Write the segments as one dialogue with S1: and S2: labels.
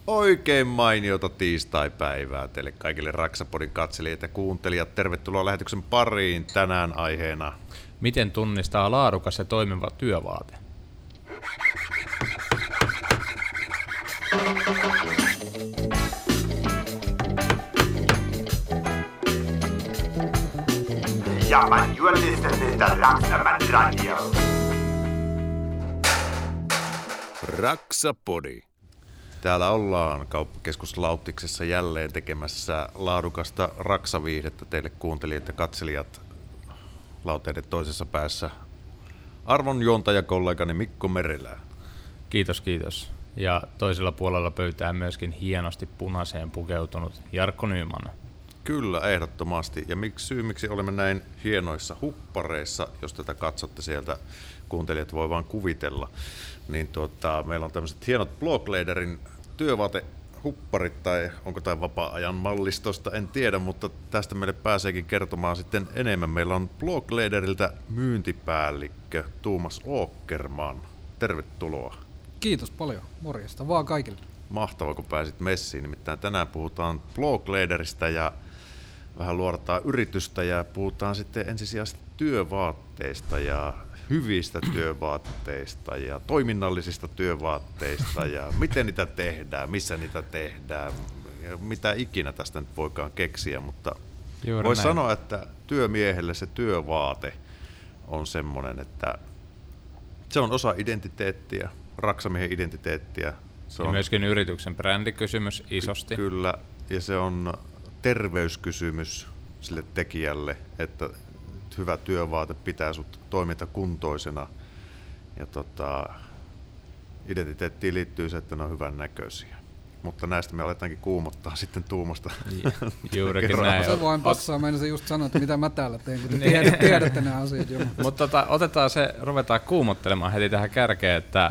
S1: Oikein mainiota tiistaipäivää teille kaikille Raksapodin katselijat ja kuuntelijat. Tervetuloa lähetyksen pariin tänään aiheena.
S2: Miten tunnistaa laadukas ja toimiva työvaate?
S3: Ja man, you are listening to Raksaman Radio.
S1: Raksapodi. Täällä ollaan Kauppakeskus Lauttiksessa jälleen tekemässä laadukasta raksaviihdettä teille kuuntelijat ja katselijat. Lauteiden toisessa päässä arvon juontajakollegani Mikko Merilä.
S2: Kiitos, kiitos. Ja toisella puolella pöytää myöskin hienosti punaiseen pukeutunut Jarkko Nyman.
S1: Kyllä, ehdottomasti. Ja miksi olemme näin hienoissa huppareissa, jos tätä katsotte sieltä, kuuntelijat voi vaan kuvitella, niin meillä on tämmöiset hienot Bloglederin työvaatehupparit, tai onko tämä vapaa-ajan mallistosta, en tiedä, mutta tästä meille pääseekin kertomaan sitten enemmän. Meillä on Bloglederiltä myyntipäällikkö Tuomas Åkerman. Tervetuloa.
S4: Kiitos paljon. Morjesta vaan kaikille.
S1: Mahtavaa, kun pääsit messiin. Nimittäin tänään puhutaan Bloglederistä ja vähän luodataan yritystä ja puhutaan sitten ensisijaisesti työvaatteista ja hyvistä työvaatteista ja toiminnallisista työvaatteista ja miten niitä tehdään, missä niitä tehdään ja mitä ikinä tästä nyt voikaan keksiä, mutta voi sanoa, että työmiehelle se työvaate on semmoinen, että se on osa identiteettiä, raksamiehen identiteettiä. Se on
S2: myöskin yrityksen brändikysymys isosti.
S1: Kyllä, ja se on terveyskysymys sille tekijälle, että hyvä työvaate pitää sut toimintakuntoisena. Ja identiteettiin liittyy se, että ne on hyvän näköisiä. Mutta näistä me aletaankin kuumottaa sitten Tuumasta.
S2: Juurikin näin.
S4: Se vain passaa, meinasin just sanoa, että mitä mä täällä teen, kun te tiedätte nämä asiat jo.
S2: Mutta ruvetaan kuumottelemaan heti tähän kärkeen, että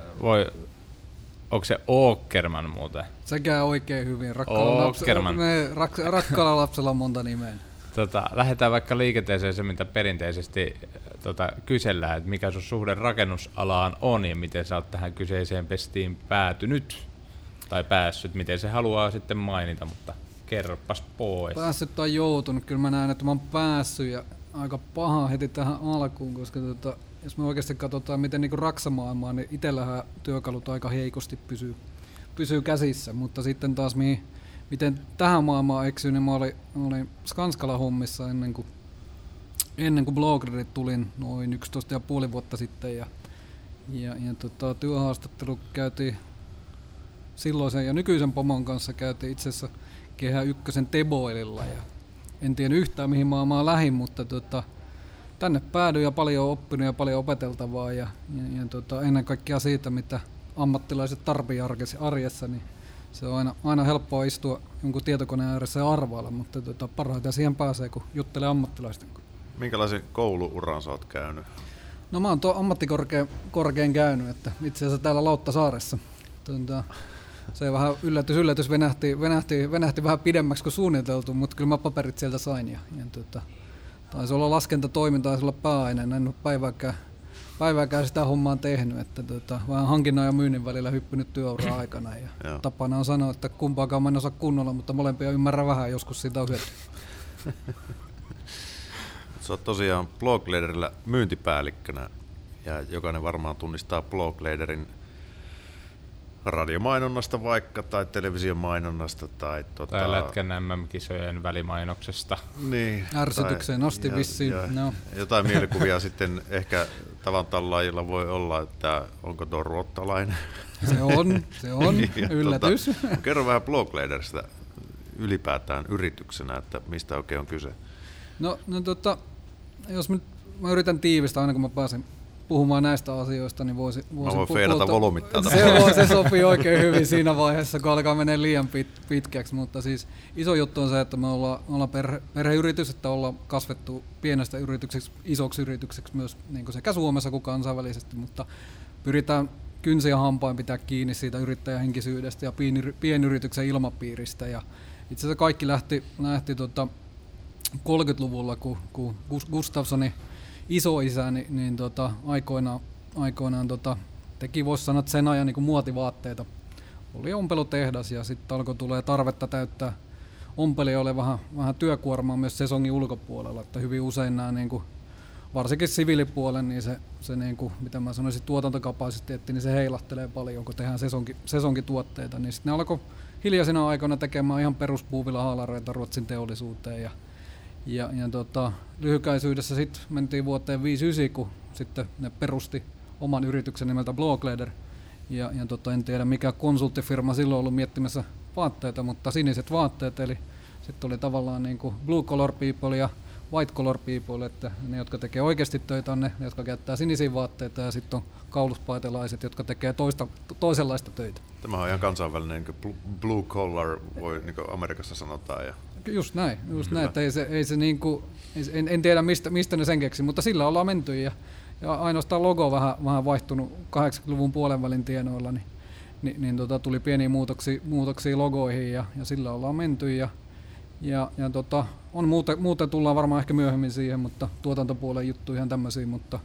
S2: onko se Åkerman muuten?
S4: Se käy oikein hyvin. Rakkaalla lapsella on monta nimeä.
S2: Lähdetään vaikka liikenteeseen se, mitä perinteisesti kysellään, että mikä sun suhde rakennusalaan on ja miten sä oot tähän kyseiseen pestiin päätynyt tai päässyt, miten se haluaa sitten mainita, mutta kerropas pois.
S4: Päässyt tai joutunut, kyllä mä näen, että mä oon päässyt ja aika paha heti tähän alkuun, koska jos me oikeasti katsotaan, miten niin raksamaailmaa, niin itsellähän työkalut aika heikosti pysyy käsissä, mutta sitten taas miten tähän maailmaan eksyin, niin mä olin Skanskalla hommissa ennen kuin Bloglerit tulin noin 11,5 vuotta sitten ja työhaastattelu käytiin silloisen ja nykyisen pomon kanssa käytiin itse asiassa Kehä Ykkösen Teboililla ja en tiedä yhtään mihin maailmaan lähin, mutta tänne päädyin ja paljon oppinut ja paljon opeteltavaa ja ennen kaikkea siitä, mitä ammattilaiset tarvii arjessa, niin se on aina helppoa istua jonkun tietokoneen ääressä ja arvailla, mutta parhaiten siihen pääsee, kun juttelee ammattilaisten kanssa.
S1: Minkälaisen kouluuran sä oot käynyt?
S4: No mä oon ammattikorkean käynyt, että itse asiassa täällä Lauttasaaressa. Se vähän yllätys venähti vähän pidemmäksi kuin suunniteltu, mutta kyllä mä paperit sieltä sain. Ja taisi olla laskentatoiminta, taisi olla pääaineen, en ole päivääkään sitä hommaa tehnyt, että vähän hankinnan ja myynnin välillä hyppynyt työuraa aikana. Ja tapana on sanoa, että kumpaakaan mä en osaa kunnolla, mutta molempia ymmärrän vähän, joskus siitä on hyötyä.
S1: Sä oot tosiaan Bloglederillä myyntipäällikkönä ja jokainen varmaan tunnistaa Bloglederin radiomainonnasta vaikka, tai television mainonnasta, tai
S2: Lätkän MM-kisojen välimainoksesta.
S1: Niin,
S4: ärsytykseen asti vissiin. No.
S1: Jotain mielikuvia sitten ehkä tavan tallaajilla voi olla, että onko tuo ruottalainen.
S4: Se on yllätys.
S1: Kerro vähän Bloglederistä ylipäätään yrityksenä, että mistä oikein on kyse.
S4: No jos mä yritän tiivistää aina kun mä pääsen puhumaan näistä asioista, niin voisin
S1: feilata volyymittaa.
S4: Se sopii oikein hyvin siinä vaiheessa, kun alkaa mennä liian pitkäksi, mutta siis iso juttu on se, että me ollaan perheyritys, että ollaan kasvettu pienestä yritykseksi isoksi yritykseksi myös niin sekä Suomessa kuin kansainvälisesti, mutta pyritään kynsin ja hampain pitää kiinni siitä yrittäjähenkisyydestä ja pienyrityksen ilmapiiristä. Ja itse asiassa kaikki lähti 30-luvulla, kun Gustafssonin isoisä niin aikoinaan teki, voisi sanoa, sen ajan niin muotivaatteita oli ompelutehdas ja sitten alkoi tulee tarvetta täyttää ompelijoille vähän työkuormaa myös sesongin ulkopuolella, että hyvin usein nämä niinku, varsinkin siviilipuolen, niin se niinku, mitä mä sanoisin, tuotantokapasiteetti, niin se heilahtelee paljon, kun tehdään sesonkituotteita, niin sitten ne alkoi hiljaisina aikoina tekemään ihan peruspuuvillahaalareita Ruotsin teollisuuteen ja lyhykäisyydessä sitten mentiin vuoteen 59, kun sitten ne perusti oman yrityksen nimeltä Blåkläder ja en tiedä mikä konsulttifirma silloin ollut miettimässä vaatteita, mutta siniset vaatteet, eli sitten oli tavallaan niin kuin blue collar people ja white collar people, että ne, jotka tekee oikeasti töitä, on ne, jotka käyttää sinisiä vaatteita, ja sitten on kauluspaitelaiset, jotka tekee toisenlaista töitä.
S1: Tämä on ihan kansainvälinen niin blue collar, voi niin kuin Amerikassa sanotaan. Ja
S4: Just näin, että ei se niin kuin, en tiedä mistä ne sen keksi, mutta sillä ollaan menty, ja ainoastaan logo vähän vaihtunut 80-luvun puolenvälin tienoilla, niin tuli pieniä muutoksia logoihin, ja sillä ollaan menty, ja on muuten tullaan varmaan ehkä myöhemmin siihen, mutta tuotantopuolen juttu ihan tämmöisiä, mutta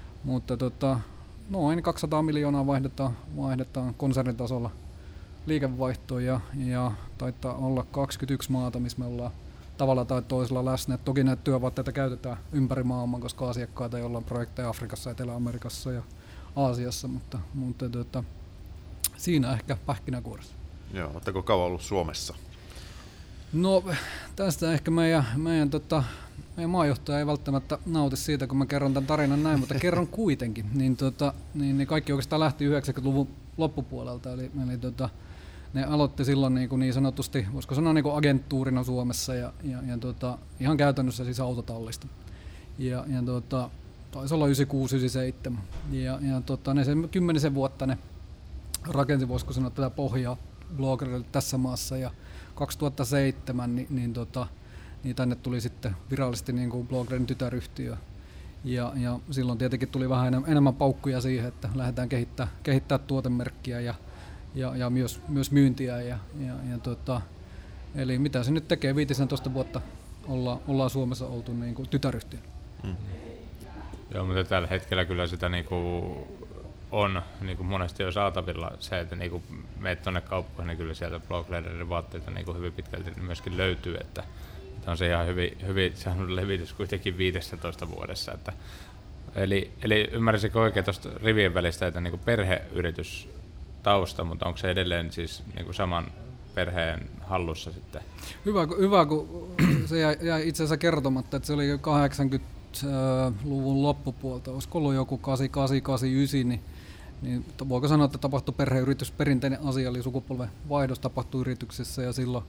S4: noin 200 miljoonaa vaihdetaan konsernitasolla liikevaihtoa ja taitaa olla 21 maata, missä me ollaan tavalla tai toisella läsnä. Et toki näitä työvaatteita käytetään ympäri maailman, koska asiakkaita, joilla on projekteja Afrikassa, Etelä-Amerikassa ja Aasiassa, mutta siinä ehkä pähkinäkuoressa.
S1: Joo, oletteko kauan ollut Suomessa?
S4: No tästä ehkä meidän maajohtaja ei välttämättä nauti siitä, kun mä kerron tämän tarinan näin, mutta kerron kuitenkin. Niin kaikki oikeastaan lähti 90-luvun loppupuolelta, eli ne aloitti silloin niin sanotusti, voisiko sanoa niin kuin agenttuurina Suomessa ja ihan käytännössä siis autotallista. Taisi olla 96-97 ja ne sen 10 vuotta ne rakensi, voisiko sanoa, tätä pohjaa Blåkläderille tässä maassa, ja 2007 niin tänne tuli sitten virallisesti niin kuin Blåkläderin tytäryhtiö, ja silloin tietenkin tuli vähän enemmän paukkuja siihen, että lähdetään kehittää tuotemerkkiä ja myös myyntiä, eli mitä se nyt tekee, 15 vuotta ollaan Suomessa oltu niin kuin tytäryhtiö.
S2: Joo, mutta tällä hetkellä kyllä sitä niinku on niinku monesti jo saatavilla se, että niinku meet tuonne kauppoihin, niin kyllä sieltä Blåkläderin vaatteita niinku hyvin pitkälti myöskin löytyy, että on se ihan hyvin saanut levitys kuitenkin 15 vuodessa. Että, eli ymmärsinkö oikein tuosta rivien välistä, että niinku perheyritys tausta, mutta onko se edelleen siis niinku saman perheen hallussa sitten?
S4: Hyvä, kun se jäi itse asiassa kertomatta, että se oli 80-luvun loppupuolta, olisiko ollut joku 88-89, niin voiko sanoa, että tapahtui perheyritys, perinteinen asia, eli sukupolven vaihdos tapahtui yrityksessä, ja silloin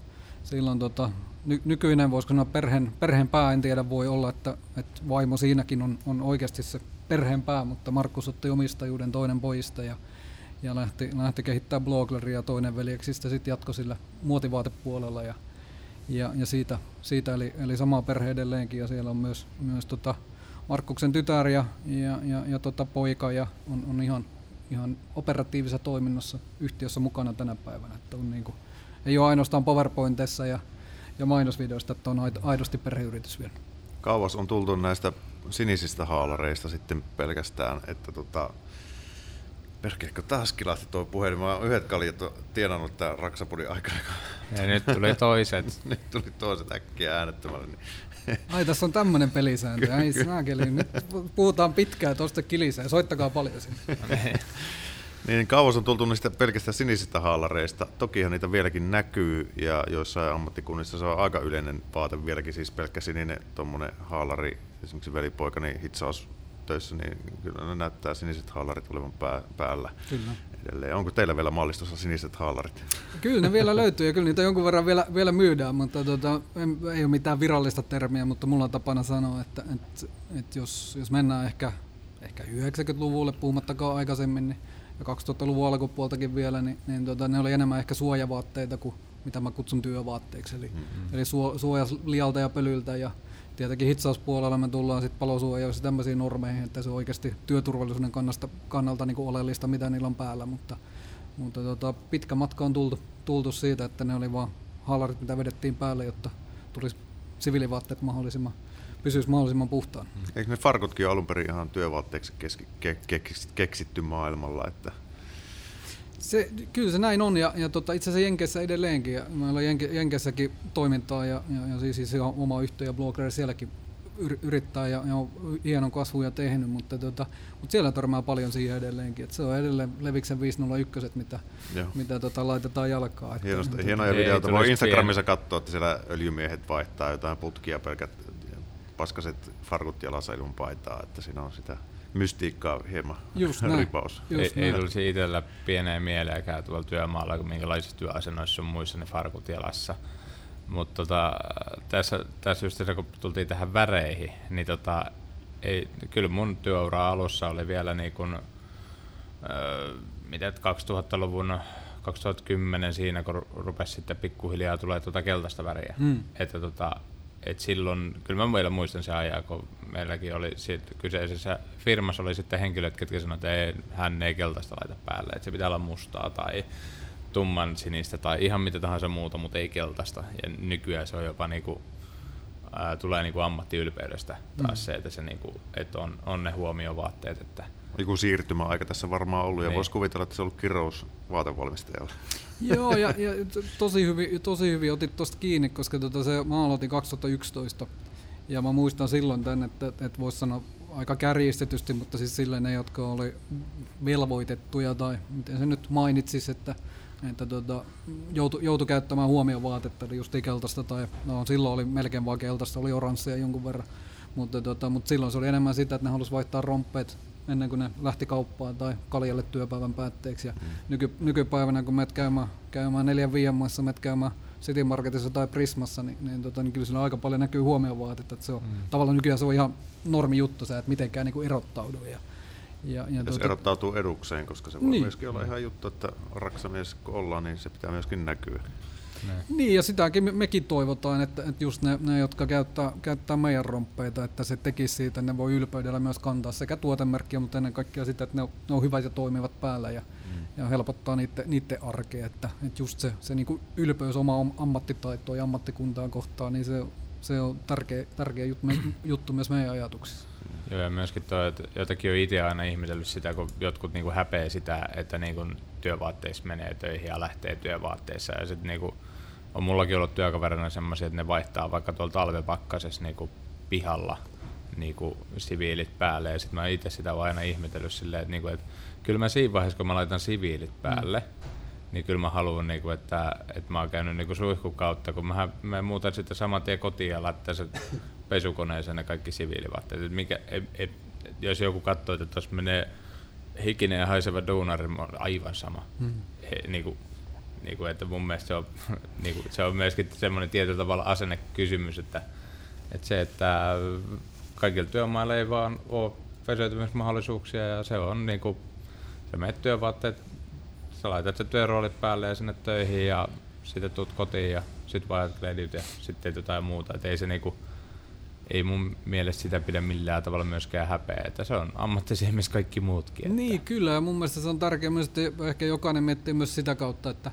S4: nykyinen, voisiko sanoa perheen pää, en tiedä, voi olla, että vaimo siinäkin on oikeasti se perheen pää, mutta Markus otti omistajuuden toinen pojista ja lähti kehittämään Blåkläderia, toinen veljeksistä sitten jatkoi sillä muotivaatepuolella ja siitä eli sama perhe edelleenkin, ja siellä on myös Markuksen tytär ja poika, ja on ihan operatiivisessa toiminnassa yhtiössä mukana tänä päivänä, että on niinku, ei ole ainoastaan PowerPointissa ja mainosvideoista, että on aidosti perheyritys vielä.
S1: Kauas on tultu näistä sinisistä haalareista sitten pelkästään, että perkeleekö taas kilahti tuo puhelin. Mä oon yhdet kaljat tienannut tämän Raksapodin aikana.
S2: Ja nyt tuli toiset.
S1: Nyt tuli toiset äkkiä äänettömälle.
S4: Ai, tässä on tämmöinen pelisääntö. Ai saakeli, nyt puhutaan pitkään tuosta kilisee. Soittakaa paljon sinne.
S1: Niin kauas on tultu niistä pelkästään sinisistä haalareista. Tokihan niitä vieläkin näkyy, ja joissain ammattikunnissa se on aika yleinen vaate vieläkin, siis pelkkä sininen tommonen haalari. Esimerkiksi velipoikani hitsaus töissä, niin kyllä ne näyttää siniset haalarit olevan päällä. Kyllä. Edelleen. Onko teillä vielä mallistossa siniset haalarit?
S4: Kyllä ne vielä löytyy, ja kyllä niitä jonkun verran vielä myydään, mutta ei ole mitään virallista termiä, mutta mulla on tapana sanoa, että jos mennään ehkä 90-luvulle puhumattakaan aikaisemmin, niin ja 2000-luvun alkupuoltakin vielä, niin ne oli enemmän ehkä suojavaatteita kuin mitä mä kutsun työvaatteiksi, eli suojas lialta ja pölyltä, ja tietenkin hitsauspuolella me tullaan sitten palosuojaus ja tämmöisiin normeihin, että se on oikeasti työturvallisuuden kannalta niin kuin oleellista, mitä niillä on päällä, mutta pitkä matka on tultu siitä, että ne oli vaan haalarit, mitä vedettiin päälle, jotta tulisi siviilivaatteet pysyisi mahdollisimman puhtaan.
S1: Eikö ne farkutkin ole alun perin ihan työvaatteeksi keksitty maailmalla? Että
S4: Kyllä se näin on, ja itse asiassa Jenkeissä edelleenkin, ja meillä on Jenkeissäkin toimintaa, ja siis oma yhtiö ja blogger sielläkin yrittää ja on hienon kasvuja tehnyt, mutta siellä törmää paljon siihen edelleenkin, että se on edelleen Leviksen 501, mitä laitetaan jalkaan.
S1: Hienoja videoita, voi Instagramissa katsoa, että siellä öljymiehet vaihtaa jotain putkia, pelkät paskaset farkut jalassa ilman paitaa, että siinä on sitä mystiikkaa hieman ripaus.
S2: Ei tulisi itsellä pieneen mieleäkään tuolla työmaalla, kun minkälaisissa työasennoissa on muissa ne farkut jalassa. Mutta tässä just kun tultiin tähän väreihin, niin kyllä mun työura alussa oli vielä niin kuin, 2000-luvun 2010 siinä, kun rupesi sitten pikkuhiljaa tulee keltaista väriä. Et silloin, kyllä mä vielä muistan sen ajan, kun meilläkin oli kyseisessä firmassa oli sitten henkilöt, ketkä sanoivat, että hän ei keltaista laita päälle, että se pitää olla mustaa tai tumman sinistä tai ihan mitä tahansa muuta, mutta ei keltaista. Ja nykyään se on jopa tulee ammattiylpeydestä taas se, että, että on ne huomiovaatteet. Että
S1: joku siirtymäaika tässä varmaan ollut, ja voisi kuvitella, että se on ollut kirous vaatevalmistajalla.
S4: Joo, ja tosi hyvin otit tuosta kiinni, koska mä aloitin 2011, ja mä muistan silloin tämän, että voisi sanoa aika kärjistetysti, mutta siis silleen ne, jotka oli velvoitettuja, tai miten se nyt mainitsisi, että joutui käyttämään huomiovaatetta, eli just keltaista, tai silloin oli melkein vaan keltaista, oli oranssia jonkun verran, mutta silloin se oli enemmän sitä, että ne halusi vaihtaa romppeet ennen kuin ne lähti kauppaan tai kaljalle työpäivän päätteeksi. Ja nykypäivänä, kun menet käymään 4-5 maissa, menet käymään City Marketissa tai Prismassa, niin kyllä siinä aika paljon näkyy huomiovaatetta. Että se on, tavallaan nykyään se on ihan normi-juttu, että mitenkään niin erottaudu.
S1: Se erottautuu edukseen, koska se voi myöskin olla ihan juttu, että raksamies kun ollaan, niin se pitää myöskin näkyä.
S4: Niin, ja sitäkin mekin toivotaan, että just ne jotka käyttää meidän romppeita, että se tekisi siitä, ne voi ylpeydellä myös kantaa sekä tuotemerkkiä, mutta ennen kaikkea sitä, että ne on hyvät ja toimivat päällä ja helpottaa niiden arkea, että just se niin ylpeys omaa ammattitaitoa ja ammattikuntaa kohtaan, niin se on tärkeä juttu myös meidän ajatuksissa.
S2: Joo, ja myöskin että jotakin on itse aina ihmetellyt sitä, kun jotkut niinku häpeää sitä, että niinku työvaatteissa menee töihin ja lähtee työvaatteissa. Ja sit niinku, on mullakin ollut työkaverina semmoisia, että ne vaihtaa vaikka tuolla talvepakkasessa niinku pihalla niinku siviilit päälle. Ja sit mä itse sitä vaan aina ihmetellyt silleen, että niinku, kyllä mä siinä vaiheessa, kun mä laitan siviilit päälle, niin kyllä mä haluan, niinku, että mä oon käynyt niinku suihkun kautta, kun mä muutan sitten saman tien kotiin ja laitan sen pesukoneeseen ne kaikki siviilivaatteet. Jos joku katsoo, että tuossa menee hikinen ja haiseva duunari, on aivan sama. Että mun mielestä se on myöskin semmoinen tietyllä tavalla asennekysymys, että kaikilla työmailla ei vaan ole peseytymismahdollisuuksia ja se on sä menet työvaatteet, sä laitat se työroolit päälle ja sinne töihin ja sitten tuut kotiin ja sit vaihdat kledit ja sitten teet jotain muuta. Et ei mun mielestä sitä pidä millään tavalla myöskään häpeä, että se on ammattia missä kaikki muutkin. Että.
S4: Niin, kyllä, ja mun mielestä se on tärkeää myös, että ehkä jokainen miettii myös sitä kautta, että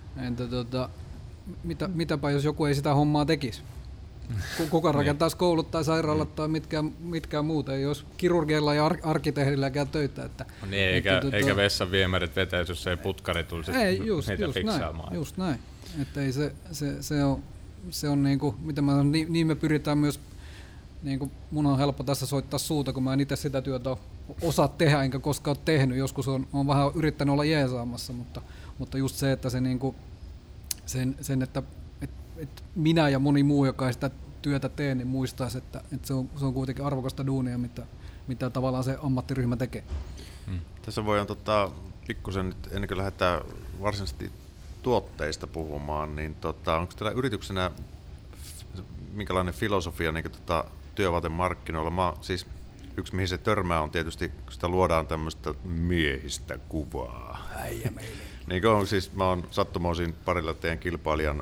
S4: mitäpä jos joku ei sitä hommaa tekisi. Kuka rakentaisi koulut tai sairaalat tai mitkään muuta, ei olisi kirurgeilla ja arkkitehdilläkään töitä. Että,
S2: niin, eikä vessan viemärit vetäisi, jos ei putkari tulisi niitä fiksaamaan.
S4: Just näin. Että ei se on niinku, miten mä sanon, niin me pyritään myös, niinku, mun on helppo tässä soittaa suuta, kun mä en itse sitä työtä osaa tehdä, enkä koskaan ole tehnyt. Joskus on vähän yrittänyt olla jeesaamassa, mutta just se, että se niinku, sen että minä ja moni muu, joka ei sitä työtä tee, niin muistaisi, että se on kuitenkin arvokasta duunia, mitä tavallaan se ammattiryhmä tekee.
S1: Tässä voidaan pikkusen nyt, ennen kuin lähdetään varsinaisesti tuotteista puhumaan, niin onko teillä yrityksenä minkälainen filosofia niin työvaatemarkkinoilla? Siis yksi mihin se törmää on tietysti, kun sitä luodaan tämmöistä miehistä kuvaa. Niin on, siis mä oon sattumoisin parilla teidän kilpailijan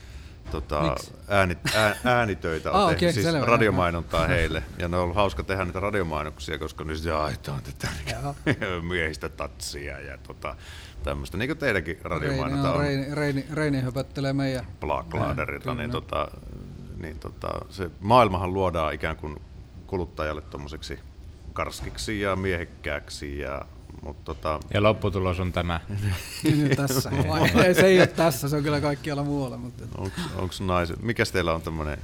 S1: äänitöitä on tehty, siis selvä, radiomainontaa heille. Ja ne on ollut hauska tehdä niitä radiomainoksia, koska ne on tätä miehistä tatsia ja tämmöistä, niin kuin teidänkin radiomainonta on.
S4: Reini höpöttelee meidän
S1: Blackladerilta, se maailmahan luodaan ikään kuin kuluttajalle tommoseksi karskiksi ja miehekkääksi ja
S2: Ja lopputulos on tämä.
S4: Tässä. Ei, se ei ole tässä, se on kyllä kaikkialla muualla. Mutta...
S1: Onko naiset, mikäs teillä on tämmöinen,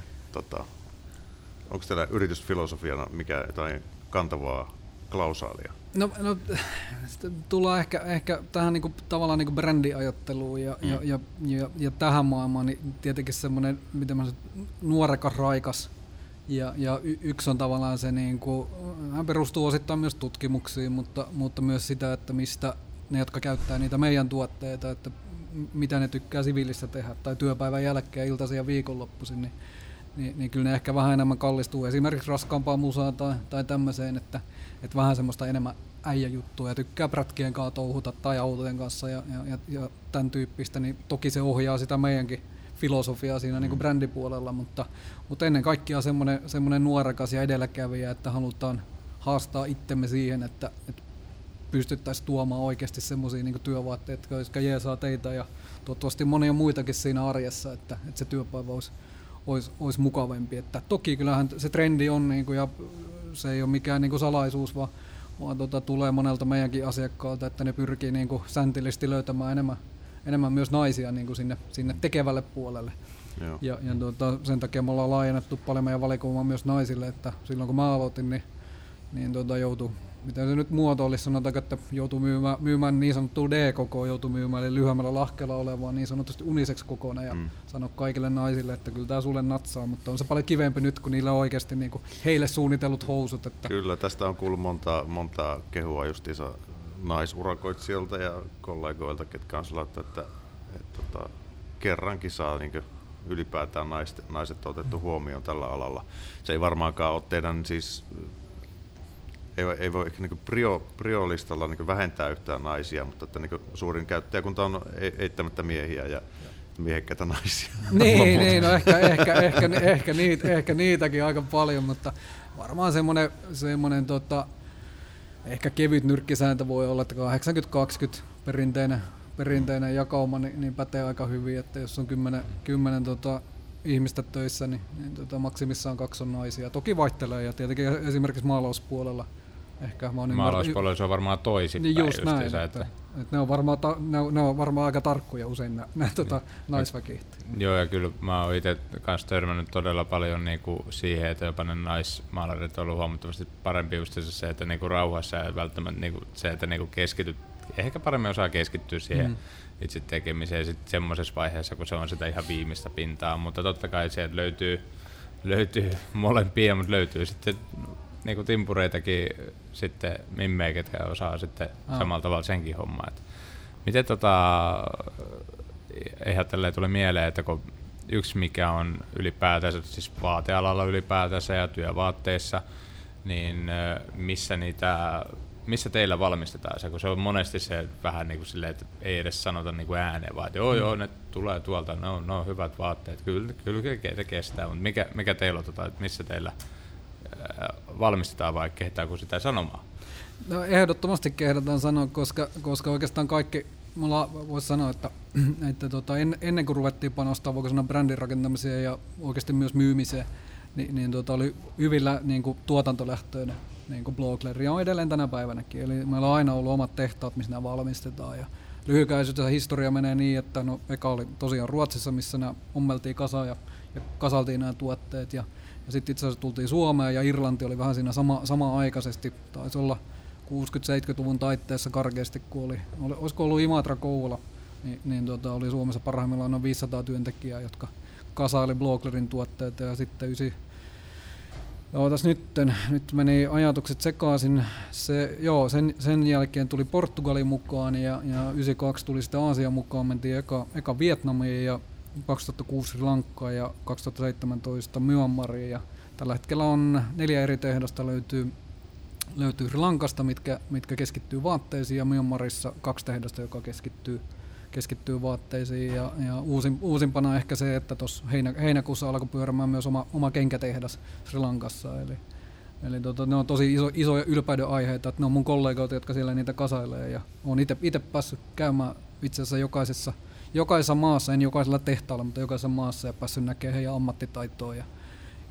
S1: onko teillä yritysfilosofiana mikä jotain kantavaa klausaalia?
S4: No tullaan ehkä tähän niinku, tavallaan niinku brändiajatteluun ja tähän maailmaan, niin tietenkin semmoinen, miten mä sanon, nuorekas, raikas. Ja yksi on tavallaan se, niinku, hän perustuu osittain myös tutkimuksiin, mutta myös sitä, että mistä ne, jotka käyttää niitä meidän tuotteita, että mitä ne tykkää siviilissä tehdä tai työpäivän jälkeen, iltaisin ja viikonloppuisin, niin kyllä ne ehkä vähän enemmän kallistuu esimerkiksi raskaampaa musaa tai tämmöiseen, että vähän semmoista enemmän äijäjuttua ja tykkää prätkien kanssa touhuta tai autojen kanssa ja tämän tyyppistä, niin toki se ohjaa sitä meidänkin filosofiaa siinä niin kuin brändipuolella, mutta ennen kaikkea semmoinen nuorekas ja edelläkävijä, että halutaan haastaa itsemme siihen, että pystyttäisiin tuomaan oikeasti semmoisia niin kuin työvaatteita, jotka jeesaa teitä ja toivottavasti monia muitakin siinä arjessa, että se työpäivä olisi mukavampi. Että toki kyllähän se trendi on, niin kuin, ja se ei ole mikään niin kuin salaisuus, vaan tulee monelta meidänkin asiakkaalta, että ne pyrkii niin kuin säntillisesti löytämään enemmän myös naisia niin kuin sinne tekevälle puolelle. Ja sen takia me ollaan laajennettu paljon meidän valikoimaa myös naisille, että silloin kun mä aloitin, niin joutui, miten se nyt muotoilisi, sanotaan, että joutuu myymään niin sanottua D-kokoa, joutuu myymään eli lyhyemmällä lahkeella olevaa niin sanotusti uniseksi kokona ja sanoa kaikille naisille, että kyllä tää sulle natsaa, mutta on se paljon kivempi nyt, kun niillä on oikeasti niin kuin heille suunnitellut housut. Että
S1: kyllä, tästä on kuullut monta kehua justiinsa naisurakoitsijoilta ja kollegoilta, ketkä on sanottu, että kerrankin saa niin ylipäätään naiset otettu huomioon tällä alalla. Se ei varmaankaan ole teidän siis, ei voi ehkä priolistalla niin vähentää yhtään naisia, mutta että niin suurin käyttäjäkunta on eittämättä miehiä ja miehekkäitä naisia.
S4: Niin, no ehkä niitäkin aika paljon, mutta varmaan semmoinen ehkä kevyt nyrkkisääntö voi olla, että 80-20 perinteinen jakauma niin pätee aika hyvin, että jos on 10 ihmistä töissä, niin maksimissaan 2 on naisia. Toki vaihtelee ja tietenkin esimerkiksi maalauspuolella ehkä.
S2: Maalauspuolella se on varmaan toisinpäin.
S4: Niin just näin, että ne on varmaan aika tarkkoja usein nämä naisväki.
S2: Joo, ja kyllä mä oon itse kanssa törmännyt todella paljon niinku siihen, että jopa ne naismaalarit on ollut huomattavasti parempi just se, että niinku rauhassa ja välttämättä niinku se, että niinku keskityt, ehkä paremmin osaa keskittyä siihen itse tekemiseen sitten semmoisessa vaiheessa, kun se on sitä ihan viimeistä pintaa, mutta totta kai sieltä löytyy molempia, mutta löytyy sitten niinku timpureitakin sitten mimmejä, ketkä osaa sitten samalla tavalla senkin hommaa. Miten eihän tälleen tule mieleen, että kun yksi mikä on ylipäätänsä, siis vaatealalla ylipäätänsä ja työvaatteissa, niin missä teillä valmistetaan se, kun se on monesti se vähän niin kuin silleen, että ei edes sanota niin kuin ääneen, vaan että joo, ne tulee tuolta, ne on hyvät vaatteet, kyllä se kestää, mutta mikä teillä on, että missä teillä valmistetaan vai kehtaako sitä sanomaan?
S4: No ehdottomasti kehdataan sanoa, koska oikeastaan kaikki, mulla voisi sanoa, että ennen kuin ruvettiin panostaa voiko sanoa brändin rakentamiseen ja oikeasti myös myymiseen, niin oli hyvillä niin kuin tuotantolähtöinen niin kuin Blogler ja on edelleen tänä päivänäkin. Eli meillä on aina ollut omat tehtaat, missä nämä valmistetaan. Ja lyhykäisyydessä historia menee niin, että eka oli tosiaan Ruotsissa, missä nämä ommeltiin kasaan ja kasaltiin nämä tuotteet. Ja sitten itse asiassa tultiin Suomeen ja Irlanti oli vähän siinä sama-aikaisesti. Taisi olla 60-70-luvun taitteessa karkeasti, kun olisiko ollut Imatra Kouvola, niin oli Suomessa parhaimmillaan noin 500 työntekijää, jotka kasaili Bloglerin tuotteita ja sitten nyt meni ajatukset sekaisin. Sen jälkeen tuli Portugali mukaan ja 92 tuli sitten Aasia mukaan, mentiin eka Vietnamiin ja 2006 Sri Lankaan ja 2017 Myanmariin ja tällä hetkellä on 4 eri tehdasta löytyy Sri Lankasta, mitkä keskittyy vaatteisiin ja Myanmarissa 2 tehdasta, joka keskittyy vaatteisiin ja uusimpana ehkä se, että tuossa heinäkuussa alkoi pyörimään myös oma kenkätehdas Sri Lankassa. Eli ne on tosi isoja ylpeyden aiheita, että ne on mun kollegoita, jotka siellä niitä kasailee ja olen itse päässyt käymään itse asiassa jokaisessa maassa, en jokaisella tehtaalla, mutta jokaisessa maassa ja päässyt näkemään heidän ammattitaitoa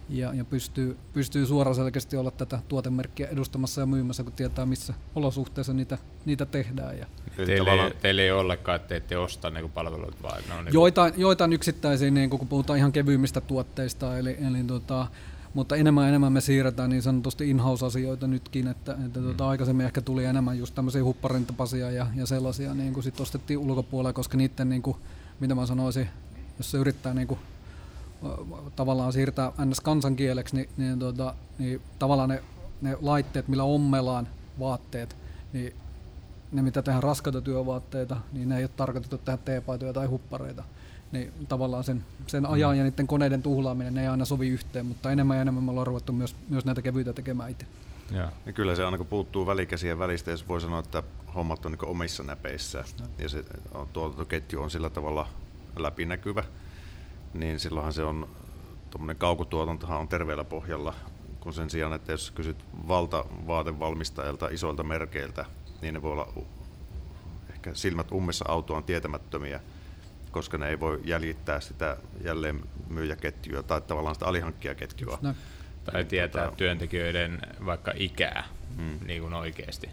S4: ja pystyy suoraselkeästi olla tätä tuotemerkkiä edustamassa ja myymässä, kun tietää missä olosuhteissa niitä tehdään. Ja
S2: teillä ei ole ollenkaan, että ette osta niinku palveluita vai? No, niinku...
S4: joitain yksittäisiä, niinku, kun puhutaan ihan kevyimmistä tuotteista, eli mutta enemmän me siirretään niin sanotusti in-house-asioita nytkin, että aikaisemmin ehkä tuli enemmän just tämmöisiä hupparintapasia ja sellaisia, niin kuin sit ostettiin ulkopuolella, koska niiden, niin kuin, mitä mä sanoisin, jos se yrittää niin kuin, tavallaan siirtää ns. Kansankieleksi, niin tavallaan ne laitteet, millä ommellaan vaatteet, niin ne mitä tehdään raskaita työvaatteita, niin ne ei ole tarkoitettu tehdä teepaitoja tai huppareita. Niin tavallaan sen ajan ja niiden koneiden tuhlaaminen ne ei aina sovi yhteen, mutta enemmän ja enemmän me ollaan ruvettu myös näitä kevyitä tekemään itse.
S1: Ja kyllä se aina kun puuttuu välikäsien välistä, jos voi sanoa, että hommat on niin omissa näpeissä ja se tuotantoketju on sillä tavalla läpinäkyvä, niin silloinhan se on, tuommoinen kaukotuotantohan on terveellä pohjalla, kun sen sijaan, että jos kysyt valtavaatevalmistajilta isoilta merkeiltä, niin ne voi olla ehkä silmät ummissa autoaan tietämättömiä, koska ne ei voi jäljittää sitä jälleenmyyjäketjua tai tavallaan sitä alihankkijaketjua.
S2: Tai tietää työntekijöiden vaikka ikää niin kuin oikeasti.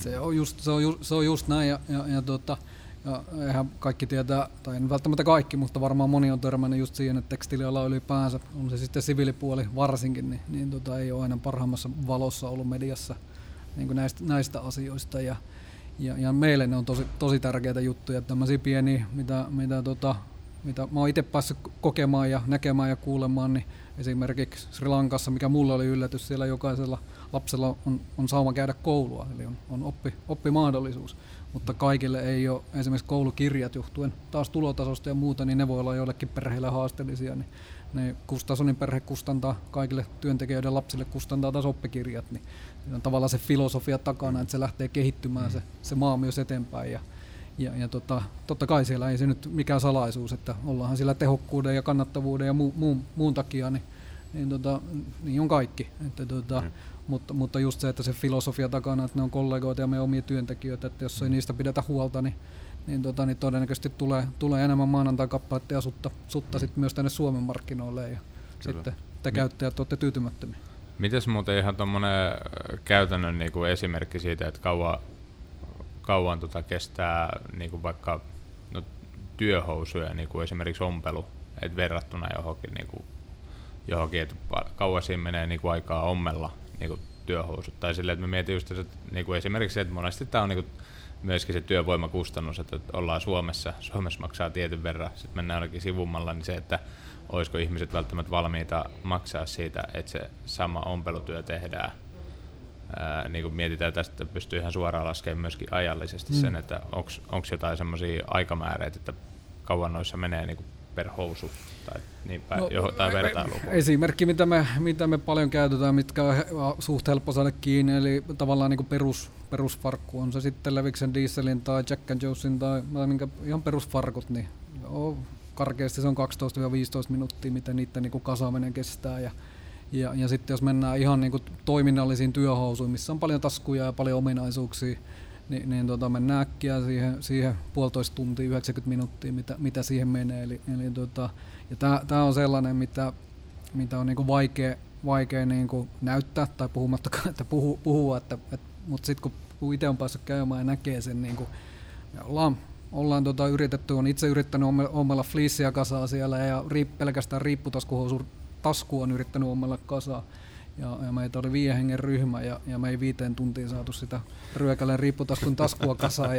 S4: Se on just näin ja eihän kaikki tietää, tai en välttämättä kaikki, mutta varmaan moni on törmännyt just siihen, että tekstiiliala ylipäänsä, on se sitten siviilipuoli varsinkin, niin ei ole aina parhaimmassa valossa ollut mediassa niin kuin näistä asioista. Ja meille ne on tosi tärkeitä juttuja, tämmöisiä pieniä, mitä mä oon itse päässyt kokemaan ja näkemään ja kuulemaan, niin esimerkiksi Sri Lankassa, mikä mulle oli yllätys, siellä jokaisella lapsella on sauma käydä koulua, eli on oppimahdollisuus, mutta kaikille ei ole esimerkiksi koulukirjat johtuen taas tulotasosta ja muuta, niin ne voi olla joillekin perheille haasteellisia, niin ne Gustafssonin perhe kustantaa kaikille työntekijöiden lapsille kustantaa taas oppikirjat, niin on tavallaan se filosofia takana, että se lähtee kehittymään se maa myös eteenpäin. Ja totta kai siellä ei se nyt mikään salaisuus, että ollaanhan sillä tehokkuuden ja kannattavuuden ja muun takia, niin on kaikki. Mutta just se, että se filosofia takana, että ne on kollegoita ja meidän omia työntekijöitä, että jos ei niistä pidetä huolta, niin todennäköisesti tulee enemmän maanantai-kappaletta ja sutta sitten myös tänne Suomen markkinoille ja sitten te käyttäjät olette tyytymättömiä.
S2: Mites muuten ihan tommonen käytännön niinku esimerkki siitä, että kauan kestää niinku vaikka työhousuja, niinku esimerkiksi ompelu, et verrattuna johonkin, että kauan siinä menee niinku aikaa ommella niinku työhousut. Tai silleen, että mä mietin just, että niinku esimerkiksi, että monesti tää on niinku myöskin se työvoimakustannus, että ollaan Suomessa maksaa tietyn verran, sitten mennään jonnekin sivummalla, niin se, että olisiko ihmiset välttämättä valmiita maksaa siitä, että se sama ompelutyö tehdään. Niin kuin mietitään tästä, pystyy ihan suoraan laskemaan myöskin ajallisesti sen, että onko jotain semmoisia aikamääreitä, että kauan noissa menee niin kuin per housu tai niin päin, tai vertailuun.
S4: Esimerkki, mitä me paljon käytetään, mitkä on suht helppo saada kiinni, eli tavallaan niin kuin perusfarkku, on se sitten Leviksen Dieselin tai Jack and Jonesin tai minkä ihan perusfarkut, niin karkeasti se on 12-15 minuuttia, mitä niiden niin kuin kasaaminen kestää. Ja sitten jos mennään ihan niin kuin toiminnallisiin työhousuihin, missä on paljon taskuja ja paljon ominaisuuksia, niin mennään äkkiä siihen 1,5 tuntia, 90 minuuttia, mitä siihen menee. Ja tämä on sellainen, mitä on niin kuin vaikea niin kuin näyttää tai puhumattakaan, että puhua, mutta sitten kun itse on päässyt käymään ja näkee sen, niin kuin, ollaan yritetty, on itse yrittänyt ommella fleeceä kasaa siellä ja pelkästään riipputaskuhousun tasku on yrittänyt ommella kasaa. Ja meitä oli 5 hengen ryhmä ja me ei 5 tuntiin saatu sitä ryökäleen riipputaskun taskua kasaan.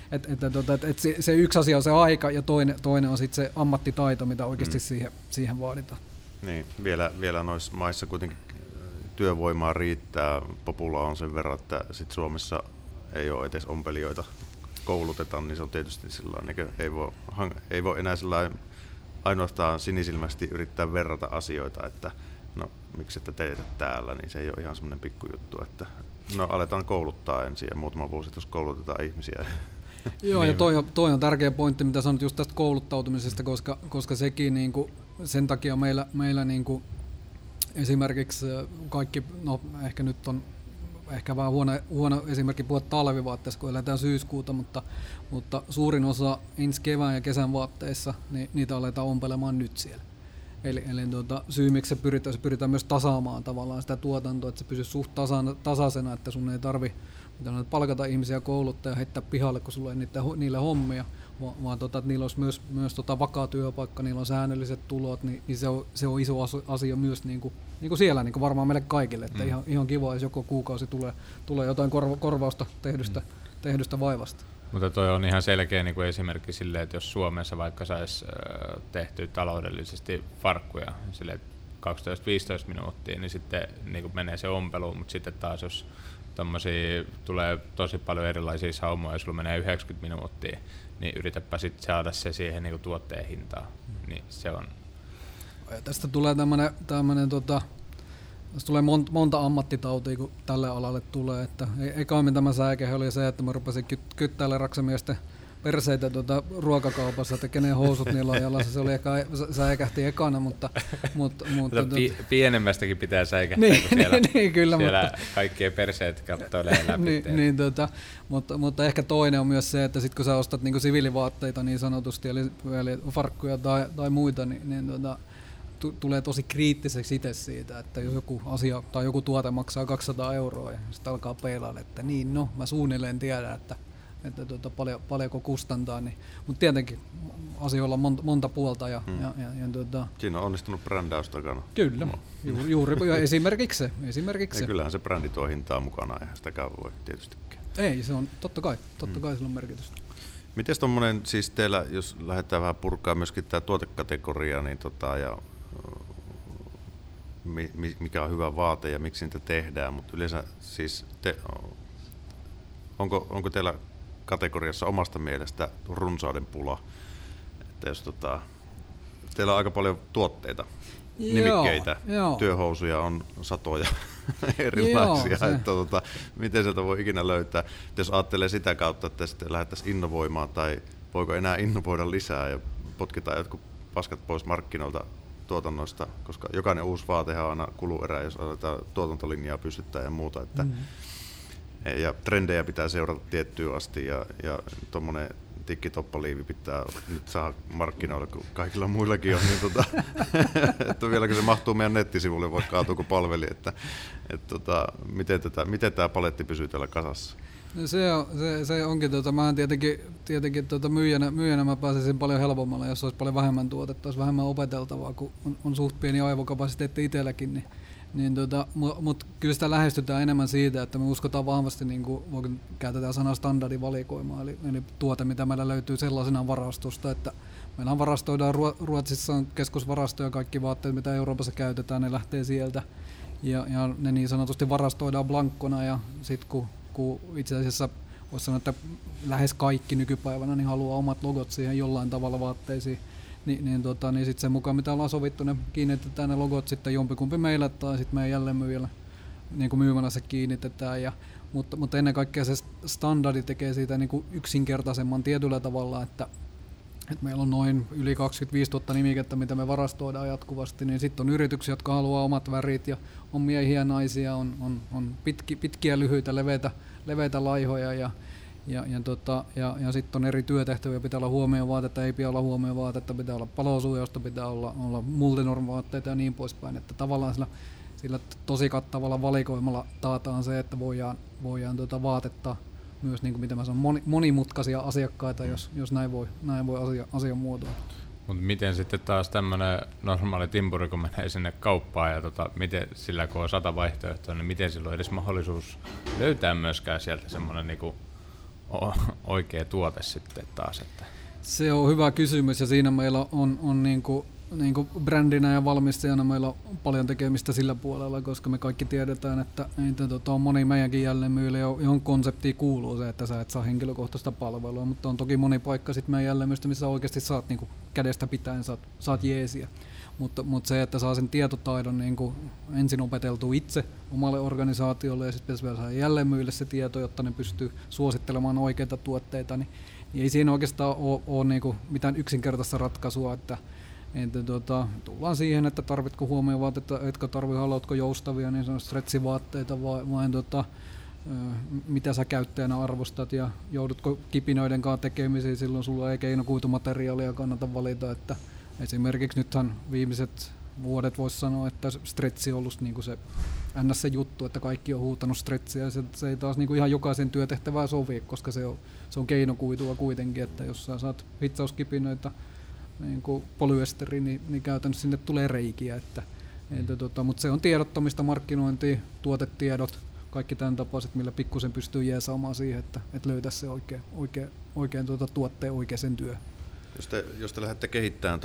S4: Se yksi asia on se aika ja toinen on sitten se ammattitaito, mitä oikeasti siihen vaaditaan.
S1: Niin, vielä noissa maissa kuitenkin työvoimaa riittää, popula on sen verran, että sit Suomessa ei ole edes ompelijoita koulutetaan, niin se on tietysti sellainen, ei voi enää sellainen ainoastaan sinisilmästi yrittää verrata asioita, että no miksi ette teitä täällä, niin se ei ole ihan semmoinen pikkujuttu, että no aletaan kouluttaa ensin ja muutama vuosi tuossa koulutetaan ihmisiä.
S4: Joo, ja toi on tärkeä pointti, mitä sanot just tästä kouluttautumisesta, koska sekin niinku, sen takia meillä niinku, esimerkiksi kaikki, no ehkä nyt on ehkä vähän huono esimerkki puhua talvivaatteessa, kun eletään syyskuuta, mutta suurin osa ensi kevään ja kesän vaatteissa, niin niitä aletaan ompelemaan nyt siellä. Eli syy, miksi se pyritään myös tasaamaan tavallaan sitä tuotantoa, että se pysyy suht tasaisena, että sun ei tarvi palkata ihmisiä kouluttaa ja heittää pihalle, kun sulla ei niille hommia, vaan että niillä olisi myös vakaa työpaikka, niillä on säännölliset tulot, niin se on iso asia myös niin kuin siellä niin kuin varmaan meille kaikille, että ihan kiva, jos joku kuukausi tulee jotain korvausta tehdystä vaivasta.
S2: Mutta toi on ihan selkeä niin kuin esimerkki sille, että jos Suomessa vaikka saisi tehtyä taloudellisesti farkkuja sille 12-15 minuuttia, niin sitten niin kuin menee se ompeluun, mutta sitten taas jos tommosia tulee tosi paljon erilaisia saumoja, jos sulla menee 90 minuuttia, niin yritäpä sitten saada se siihen niin kuin tuotteen hintaan. Niin se on.
S4: Ja tästä tulee tästä tulee monta ammattitautia, kun tälle alalle tulee. Että eka mitä mä säikähin oli se, että mä rupesin kyttäillä raksamiesten perseitä ruokakaupassa, että kenen housut niillä on jalassa. Se oli säikähti ekana, mutta
S2: pienemmästäkin pitää säikähtää, kun siellä kaikkien perseet kattoilee läpi.
S4: Mutta ehkä toinen on myös se, että sit kun sä ostat niinku siviilivaatteita niin sanotusti, eli farkkuja tai muita, niin tulee tosi kriittiseksi itse siitä, että jos joku asia tai joku tuote maksaa 200 € ja sitten alkaa peilailla, että mä suunnilleen tiedän, että paljonko kustantaa, niin, mutta tietenkin asioilla on monta puolta.
S1: Siinä on onnistunut brändäys takana.
S4: Kyllä, juuri esimerkiksi se.
S1: Ja kyllähän se brändi tuo hintaa mukana, eihän sitäkään voi tietystikään.
S4: Ei, se on totta kai sillä on merkitystä.
S1: Miten tuommoinen, siis teillä, jos lähdetään vähän purkaa myöskin tämä tuotekategoria, niin mikä on hyvä vaate ja miksi niitä tehdään, mutta yleensä siis onko teillä kategoriassa omasta mielestä runsauden pula, että jos teillä on aika paljon tuotteita, nimikkeitä, työhousuja on satoja erilaisia, että miten sieltä voi ikinä löytää, jos ajattelee sitä kautta, että sitten lähdettäisiin innovoimaan tai voiko enää innovoida lisää ja potkitaan jotkut paskat pois markkinoilta tuotannoista, koska jokainen uusi vaatehan on aina kuluerä, jos aletaan tuotantolinjaa pystyttää ja muuta, että ja trendejä pitää seurata tiettyyn asti ja tuommoinen tikkitoppaliivi pitää nyt saada markkinoille, kun kaikilla muillakin on, niin että vieläkö se mahtuu meidän nettisivulle, voi kaatua kun palveli, että miten tämä paletti pysyy täällä kasassa?
S4: No se onkin, mä tietenkin myyjänä mä pääsisin paljon helpommalla, jos olisi paljon vähemmän tuotetta, olisi vähemmän opeteltavaa, kun on suht pieni aivokapasiteetti itselläkin, mutta kyllä sitä lähestytään enemmän siitä, että me uskotaan vahvasti, niin kuin käytetään sanaa standardivalikoimaa, eli tuote, mitä meillä löytyy sellaisena varastosta, että meillä varastoidaan Ruotsissa on keskusvarastoja, kaikki vaatteet, mitä Euroopassa käytetään, ne lähtee sieltä, ja ne niin sanotusti varastoidaan blankkona, ja sitten kun itse asiassa voisi sanoa, että lähes kaikki nykypäivänä niin haluaa omat logot siihen jollain tavalla vaatteisiin, niin sitten sen mukaan mitä ollaan sovittu, ne kiinnitetään ne logot sitten jompikumpi meille tai sitten meidän jälleenmyyjälle niin kuin myymällä se kiinnitetään. Mutta ennen kaikkea se standardi tekee siitä niin kuin yksinkertaisemman tietyllä tavalla, että meillä on noin yli 25 000 nimikettä, mitä me varastoidaan jatkuvasti, niin sitten on yrityksiä, jotka haluaa omat värit ja on miehiä ja naisia, on pitkiä, lyhyitä, leveitä laihoja ja sitten on eri työtehtäviä, pitää olla huomiovaatetta, ei pitää olla huomiovaatetta, pitää olla palosuojausta, pitää olla multinorm-vaatteita ja niin poispäin, että tavallaan sillä tosi kattavalla valikoimalla taataan se, että voidaan vaatetta myös, niin kuin mitä mä sanon, monimutkaisia asiakkaita, jos näin voi asian muotoilla.
S2: Mutta miten sitten taas tämmöinen normaali timpuri, kun menee sinne kauppaan ja miten sillä kun on 100 vaihtoehtoa, niin miten sillä on edes mahdollisuus löytää myöskään sieltä semmoinen niinku oikea tuote sitten taas? Että. Se
S4: on hyvä kysymys ja siinä meillä on niin kuin brändinä ja valmistajana meillä on paljon tekemistä sillä puolella, koska me kaikki tiedetään, että on moni meidänkin jälleenmyyjille, johon konseptiin kuuluu se, että sä et saa henkilökohtaista palvelua, mutta on toki moni paikka sitten meidän jälleenmyystä, missä oikeasti saat niin kuin kädestä pitäen, saat jeesiä. Mutta se, että saa sen tietotaidon niin kuin ensin opeteltua itse omalle organisaatiolle ja sitten saa jälleenmyyjille se tieto, jotta ne pystyy suosittelemaan oikeita tuotteita, niin ei siinä oikeastaan ole niin kuin mitään yksinkertaista ratkaisua, että tullaan siihen, että tarvitko huomiovaatteita, etkä haluatko joustavia, niin se on stretchivaatteita vai mitä sä käyttäjänä arvostat ja joudutko kipinöiden kanssa tekemisiin, silloin sulla ei keinokuitumateriaalia kannata valita, että esimerkiksi nythän viimeiset vuodet voisi sanoa, että stretchi on ollut niinku se ns. Se juttu, että kaikki on huutanut stretchiä ja se ei taas niinku ihan jokaisen työtehtävään sovi, koska se on keinokuitua kuitenkin, että jos sä saat hitsauskipinöitä niinku polyesteri, niin käytännössä sinne tulee reikiä, mutta se on tiedottamista, markkinointia, tuotetiedot, kaikki tämän tapaiset, millä pikkusen pystyy jeesaamaan siihen, että löytää se oikein tuotteen oikeaan työhön.
S1: Jos te lähdette kehittämään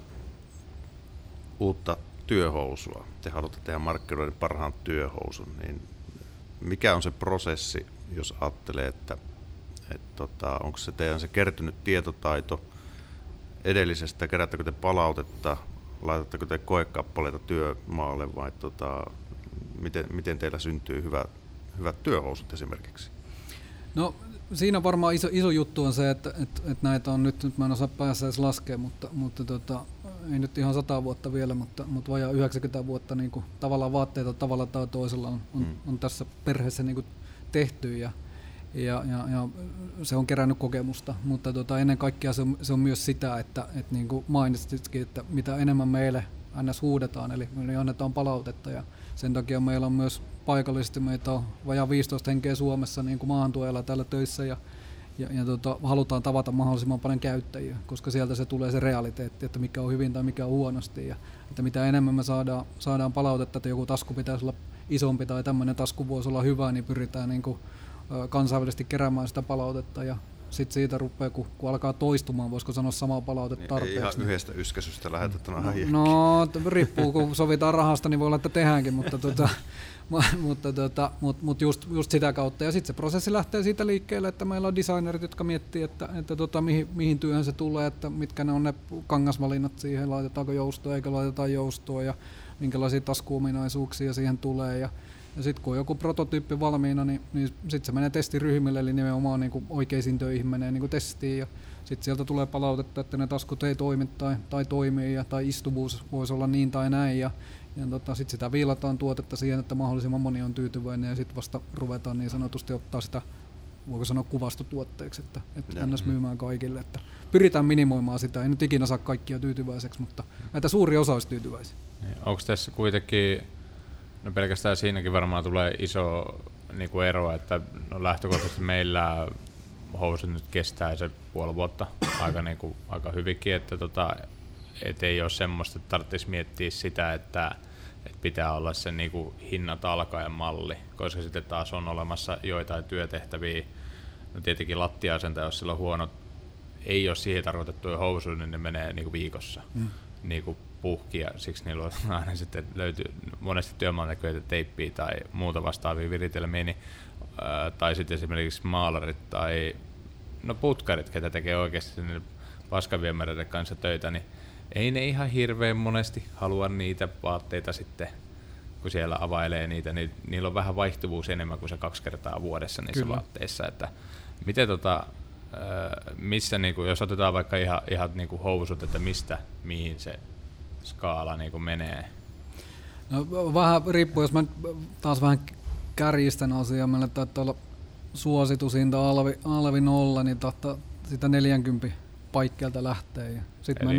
S1: uutta työhousua, te haluatte tehdä markkinoiden parhaan työhousun, niin mikä on se prosessi, jos ajattelee, että onko se teidän se kertynyt tietotaito edellisestä, kerättekö te palautetta, laitatteko te koekappaleita työmaalle vai miten teillä syntyy hyvät työhousut esimerkiksi?
S4: No siinä varmaan iso juttu on se, että näitä on nyt mä en osaa päässä edes laskea, mutta ei nyt ihan 100 vuotta vielä, mutta vajaa 90 vuotta niin kuin tavallaan vaatteita tavalla tai toisella on tässä perheessä niin kuin tehty ja se on kerännyt kokemusta, mutta ennen kaikkea se on myös sitä, että niin kuin mainitsitkin, että mitä enemmän meille ns. Huudetaan, eli me annetaan palautetta ja sen takia meillä on myös paikallisesti, meitä on vajaa 15 henkeä Suomessa niin kuin maahantuojalla täällä töissä ja halutaan tavata mahdollisimman paljon käyttäjiä, koska sieltä se tulee se realiteetti, että mikä on hyvin tai mikä on huonosti ja että mitä enemmän me saadaan palautetta, että joku tasku pitäisi olla isompi tai tämmöinen tasku voisi olla hyvä, niin pyritään niin kuin kansainvälisesti keräämään sitä palautetta ja sitten siitä rupeaa, kun alkaa toistumaan, voisiko sanoa samaa palautetta tarpeeksi.
S1: Ihan yhdestä yskäsystä lähetetään ihan
S4: No, riippuu, kun sovitaan rahasta, niin voi olla, että tehdäänkin, mutta just sitä kautta. Ja sitten se prosessi lähtee siitä liikkeelle, että meillä on designerit, jotka miettii, että mihin työhön se tulee, että mitkä ne on ne kangasvalinnat siihen, laitetaanko joustoa eikä laitetaan joustoa ja minkälaisia taskuominaisuuksia siihen tulee. Ja sitten kun on joku prototyyppi valmiina, niin sitten se menee testiryhmille, eli nimenomaan niin oikeisiin töihin menee niin testiin. Ja sitten sieltä tulee palautetta, että ne taskut ei toimi tai toimii, tai istuvuus voisi olla niin tai näin. Ja sitten sitä viilataan tuotetta siihen, että mahdollisimman moni on tyytyväinen, ja sitten vasta ruvetaan niin sanotusti ottaa sitä, voiko sanoa, kuvastotuotteeksi, että ennäs myymään kaikille. Että pyritään minimoimaan sitä, ei nyt ikinä saa kaikkia tyytyväiseksi, mutta näitä suuri osa olisi tyytyväisiä.
S2: Onko tässä kuitenkin, no pelkästään siinäkin varmaan tulee iso niin kuin ero, että no lähtökohtaisesti meillä housut nyt kestää se puoli vuotta aika hyvinkin, että et ei ole semmoista, että tarvitsisi miettiä sitä, että pitää olla se niin kuin hinnat alkaen malli, koska sitten taas on olemassa joitain työtehtäviä, no tietenkin lattia-asenta, jos sillä on huonot, ei ole siihen tarkoitettuja housuja, niin ne menee niin kuin viikossa. Niin kuin puhki ja siksi niillä on aina sitten löytyy monesti työmaan näköitä teippiä tai muuta vastaavia viritelmiä, niin, tai sitten esimerkiksi maalarit tai no putkarit, ketä tekee oikeasti paskaviemäreiden kanssa töitä, niin ei ne ihan hirveän monesti halua niitä vaatteita sitten, kun siellä availee niitä, niin niillä on vähän vaihtuvuus enemmän kuin se 2 kertaa vuodessa niissä Kyllä. vaatteissa, että miten missä niinku, jos otetaan vaikka ihan niinku housut, että mistä mihin se skaala niinku menee?
S4: No vähän riippuu, jos mä taas vähän kärjistän asiaa, meillä taitaa olla suositushinta alvi 0, niin sitä 40 paikkeelta lähtee ja sitten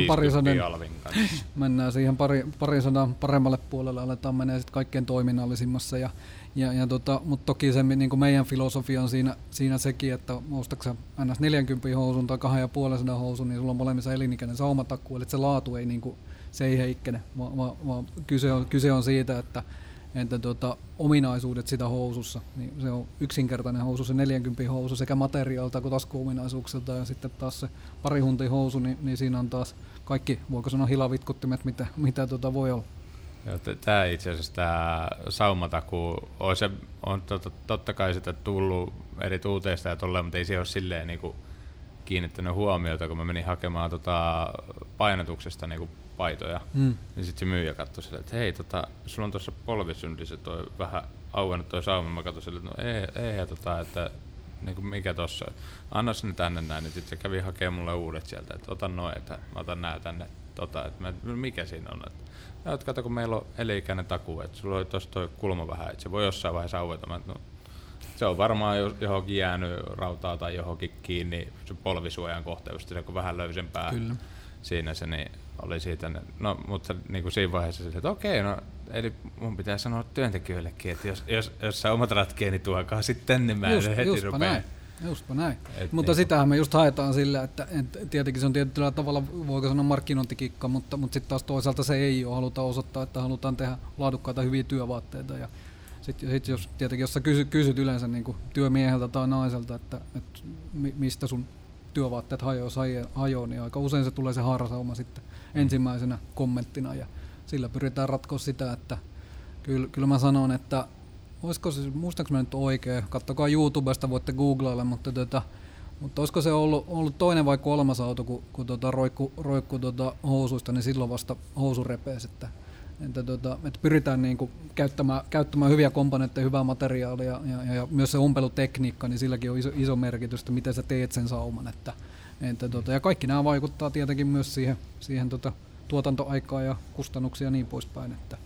S4: mennään siihen parisadan paremmalle puolelle, aletaan menee sitten kaikkein toiminnallisimmassa mutta toki se niin kuin meidän filosofia on siinä sekin, että ostatko ns 40 housun tai 250 housun, niin sulla on molemmissa elinikäinen saumatakku, eli se laatu ei niinku se ei heikkene, vaan kyse on siitä, että ominaisuudet sitä housussa, niin se on yksinkertainen housu, se 40 housu sekä materiaalta kuin taskuominaisuuksilta ja sitten taas se parihuntin housu, niin siinä on taas kaikki, voiko sanoa hilavitkuttimet, mitä voi olla.
S2: Tämä itse asiassa tämä saumatakuu on totta kai sitä tullut eri tuuteista ja tolleen, mutta ei se ole silleen niinku kiinnittänyt huomiota, kun mä menin hakemaan painotuksesta niinku paitoja, niin sitten se myyjä katsoi silleen, että hei, sulla on tuossa polvisyndissä toi vähän auennut toi sauma, mä katsoin silleen, että no että niinku mikä tossa, anna sinne tänne näin, niin sitten se kävi hakemaan mulle uudet sieltä, että ota noin, että mä otan nää tänne, että mikä siinä on, että kato, kun meillä on eli-ikäinen takuu, että sulla oli tuossa toi kulma vähän, että se voi jossain vaiheessa aueta, no, se on varmaan johonkin jäänyt rautaa tai johonkin kiinni se polvisuojan kohta, just se on vähän löysempää Kyllä. siinä se, niin oli siitä, no mutta niin kuin siinä vaiheessa sille, että okei, no eli mun pitää sanoa työntekijöillekin, että jos saumat ratkee, niin tuokaa sitten, niin mä heti rupean.
S4: Justpa näin. Mutta niin sitähän me just haetaan sillä, että tietenkin se on tietyllä tavalla, voiko sanoa markkinointikikka, mutta sitten taas toisaalta se ei ole. Halutaan osoittaa, että halutaan tehdä laadukkaita hyviä työvaatteita. Ja sitten jos tietenkin, jos sä kysyt yleensä niin kuin työmieheltä tai naiselta, että mistä sun työvaatteet hajoaa, niin aika usein se tulee se haarasauma sitten ensimmäisenä kommenttina. Ja sillä pyritään ratkoa sitä, että kyllä mä sanon, että olisiko se, muistanko mä nyt oikein, katsokaa YouTubesta, voitte googlailla, mutta olisiko se ollut toinen vai kolmas auto, kun roikku housuista, niin silloin vasta housu repeesi. Että pyritään niinku käyttämään hyviä komponentteja, hyvää materiaalia ja myös se ompelutekniikka, niin silläkin on iso merkitys, että miten sä teet sen sauman. Ja kaikki nämä vaikuttaa tietenkin myös siihen tuotantoaikaan ja kustannuksia ja niin poispäin. Että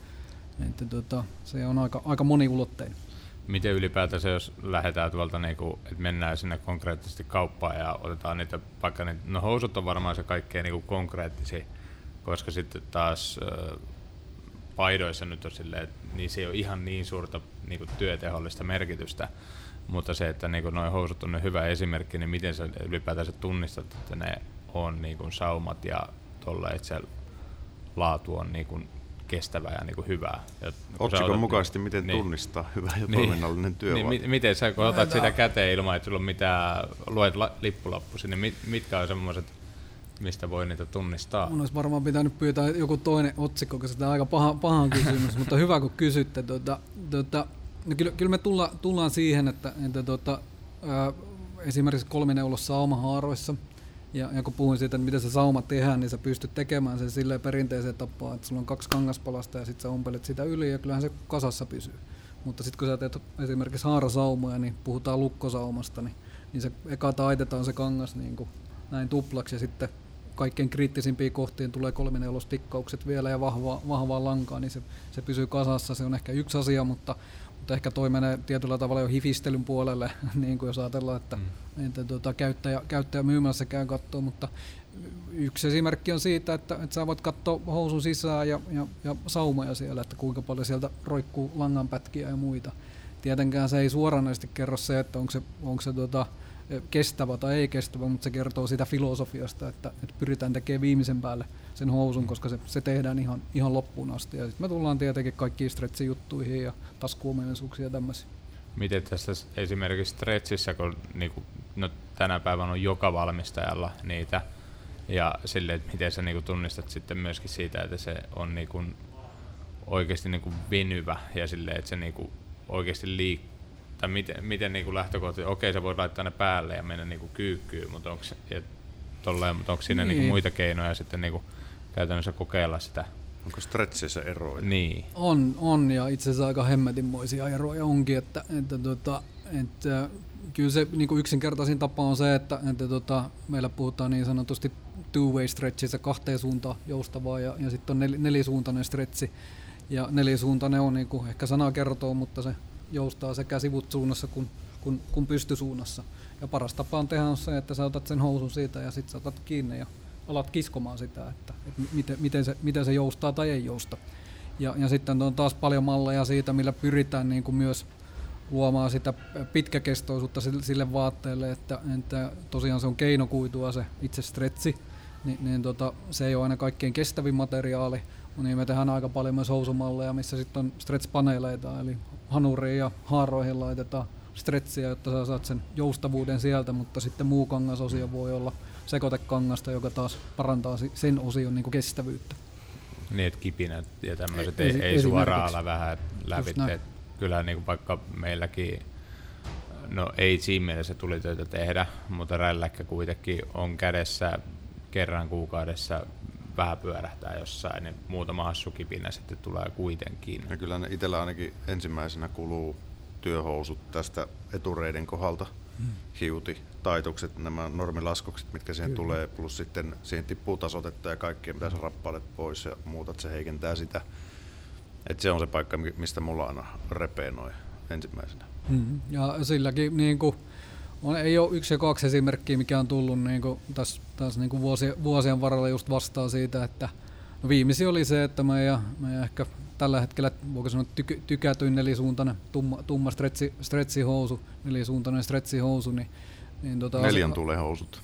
S4: se on aika moniulotteinen.
S2: Miten ylipäätään jos lähdetään tuolta, että mennään sinne konkreettisesti kauppaan ja otetaan niitä, vaikka no housut on varmaan se kaikkein konkreettisia, koska sitten taas paidoissa nyt on silleen, että niissä ei ole ihan niin suurta työtehollista merkitystä, mutta se, että nuo housut on hyvä esimerkki, niin miten sä ylipäätään tunnistat, että ne on saumat ja tolle, että se laatu on kestävää ja hyvää.
S1: Otsikon mukaisesti, miten tunnistaa hyvä ja toiminnallinen työvaate.
S2: Niin, miten sä, kun otat sitä käteen ilman, että sulla on mitään, luet lippulappusi, niin mitkä on semmoiset, mistä voi niitä tunnistaa?
S4: Mun olisi varmaan pitänyt pyytää joku toinen otsikko, koska tämä on aika pahan kysymys, mutta hyvä kun kysytte. No kyllä me tullaan siihen, että esimerkiksi 3-neulossa saumahaaroissa, ja kun puhuin siitä, että miten se sauma tehdään, niin sä pystyt tekemään sen silleen perinteiseen tapaan, että sulla on 2 kangaspalasta ja sitten sä ompelet sitä yli ja kyllähän se kasassa pysyy. Mutta sitten kun sä teet esimerkiksi haarasaumoja, niin puhutaan lukkosaumasta, niin se eka taitetaan se kangas niin kuin näin tuplaksi ja sitten kaikkein kriittisimpiin kohtiin tulee 3-neulostikkaukset vielä ja vahvaa lankaa, niin se pysyy kasassa. Se on ehkä yksi asia, mutta ehkä toi menee tietyllä tavalla jo hifistelyn puolelle, niin kuin jos ajatellaan, että käyttäjä myymässä käy katsoa, mutta yksi esimerkki on siitä, että sä voit katsoa housun sisään ja saumoja siellä, että kuinka paljon sieltä roikkuu langanpätkiä ja muita. Tietenkään se ei suoranaisesti kerro se, että onko se kestävä tai ei kestävä, mutta se kertoo sitä filosofiasta, että pyritään tekemään viimeisen päälle sen housun, koska se tehdään ihan loppuun asti. Ja sitten me tullaan tietenkin kaikkiin stretch-juttuihin ja taskuominaisuuksia ja tämmöisiä.
S2: Miten tässä esimerkiksi stretchissä, kun tänä päivänä on joka valmistajalla niitä, ja silleen, että miten sä tunnistat sitten myöskin siitä, että se on oikeasti venyvä ja silleen, että se oikeasti liikkuu. Tai miten lähtökohtaisesti, okei sä voit laittaa ne päälle ja mennä kyykkyyn, mutta onko siinä muita keinoja sitten käytännössä kokeilla sitä?
S1: Onko stretchissä eroja?
S2: Niin.
S4: On ja itse asiassa aika hemmetinmoisia eroja onkin, että kyllä se yksinkertaisin tapa on se, että meillä puhutaan niin sanotusti two-way stretchissä, 2 suuntaan joustavaa ja sitten on nelisuuntainen stretchi ja nelisuuntainen on ehkä sana kertoo, mutta se joustaa sekä sivut suunnassa kuin pystysuunnassa. Ja paras tapa on tehdä se, että sä otat sen housun siitä ja sitten sä otat kiinni ja alat kiskomaan sitä, että miten se joustaa tai ei jousta. Ja sitten on taas paljon malleja siitä, millä pyritään myös luomaan sitä pitkäkestoisuutta sille vaatteelle, että tosiaan se on keinokuitua se itse stretchi, niin se ei ole aina kaikkein kestävin materiaali, niin me tehdään aika paljon myös housumalleja, missä sitten on stretch-paneeleita, eli hanuriin ja haaroihin laitetaan stretchiä, jotta sä saat sen joustavuuden sieltä, mutta sitten muu kangasosio voi olla sekoitekangasta, joka taas parantaa sen osion kestävyyttä.
S2: Niin, että kipinät ja tämmöiset ei suoraan ala vähän lävitse. Kyllä vaikka meilläkin, no ei siinä mielessä tuli töitä tehdä, mutta rälläkkä kuitenkin on kädessä kerran kuukaudessa vähän pyörähtää jossain, niin muutama hassukipinä sitten tulee kuitenkin.
S1: Ja kyllä itsellä ainakin ensimmäisenä kuluu työhousut tästä etureiden kohdalta, hiuti, taitukset, nämä normilaskokset, mitkä siihen tulee, plus sitten siihen tippuu tasotetta ja kaikkea, mitä sä rappailet pois ja muutat, se heikentää sitä. Et se on se paikka, mistä mulla aina repee noin ensimmäisenä.
S4: Ja silläkin ei ole 1 ja 2 esimerkkiä, mikä on tullut niin taas niin vuosien varrella just vastaan siitä, että no viimeisin oli se, että meidän ehkä tällä hetkellä, voiko sanoa, tykätyin nelisuuntainen tumma stretchihousu, nelisuuntainen stretchihousu, niin
S1: 4 tulee housut.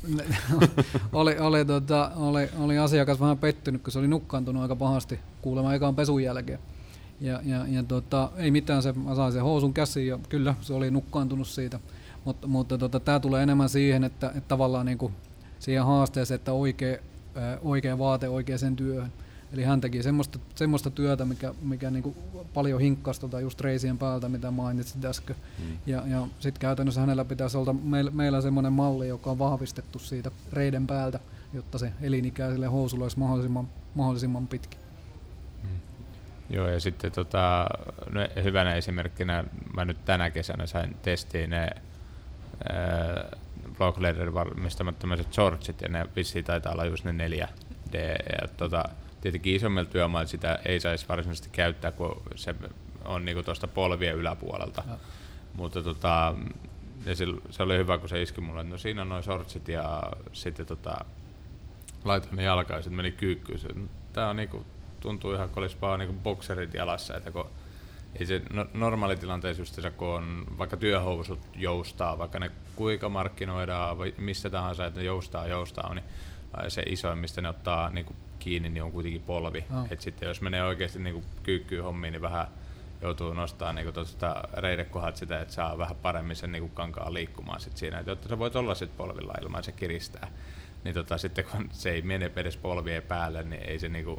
S4: oli asiakas vähän pettynyt, kun se oli nukkaantunut aika pahasti kuulemma ekaan pesun jälkeen. Ja ei mitään, mä sain sen housun käsiin ja kyllä se oli nukkaantunut siitä. Mutta tämä tulee enemmän siihen, että tavallaan niinku siihen haasteeseen, että oikea vaate oikeaan työhön. Eli hän teki semmoista työtä, mikä niinku paljon hinkkasi just reisien päältä, mitä mainitsit äsken. Ja sitten käytännössä hänellä pitäisi olla meillä semmoinen malli, joka on vahvistettu siitä reiden päältä, jotta se elinikäiselle housulle olisi mahdollisimman pitkä.
S2: Joo, ja sitten hyvänä esimerkkinä mä nyt tänä kesänä sain testiin ne Blockleaderin valmistamat tämmöiset shortsit, ja ne vissiin taitaa olla just ne 4D. Ja tietenkin isommilla työmailla sitä ei saisi varsinaisesti käyttää, kun se on niinku tuosta polvien yläpuolelta. Ja. Mutta ja se oli hyvä, kun se iski mulle, että no siinä on noin shortsit, ja sitten laitoin ne jalkaan ja sitten meni kyykkyyn. Tää on niinku, tuntuu ihan kuin olisi vaan niinku bokserit jalassa, että kun ei se normaalitilanteessa just se, kun on vaikka työhousut joustaa, vaikka ne kuinka markkinoidaan vai missä tahansa, että ne joustaa, niin se isoin, mistä ne ottaa niinku kiinni, niin on kuitenkin polvi. Et sitten jos menee oikeasti niinku kyykkyyn hommiin, niin vähän joutuu nostamaan niinku tuosta reidekohdat sitä, että saa vähän paremmin sen niinku kankaan liikkumaan sit siinä. Et jotta sä voit olla sit polvilla ilman, se kiristää. Niin sitten kun se ei mene edes polvien päälle, niin ei se niinku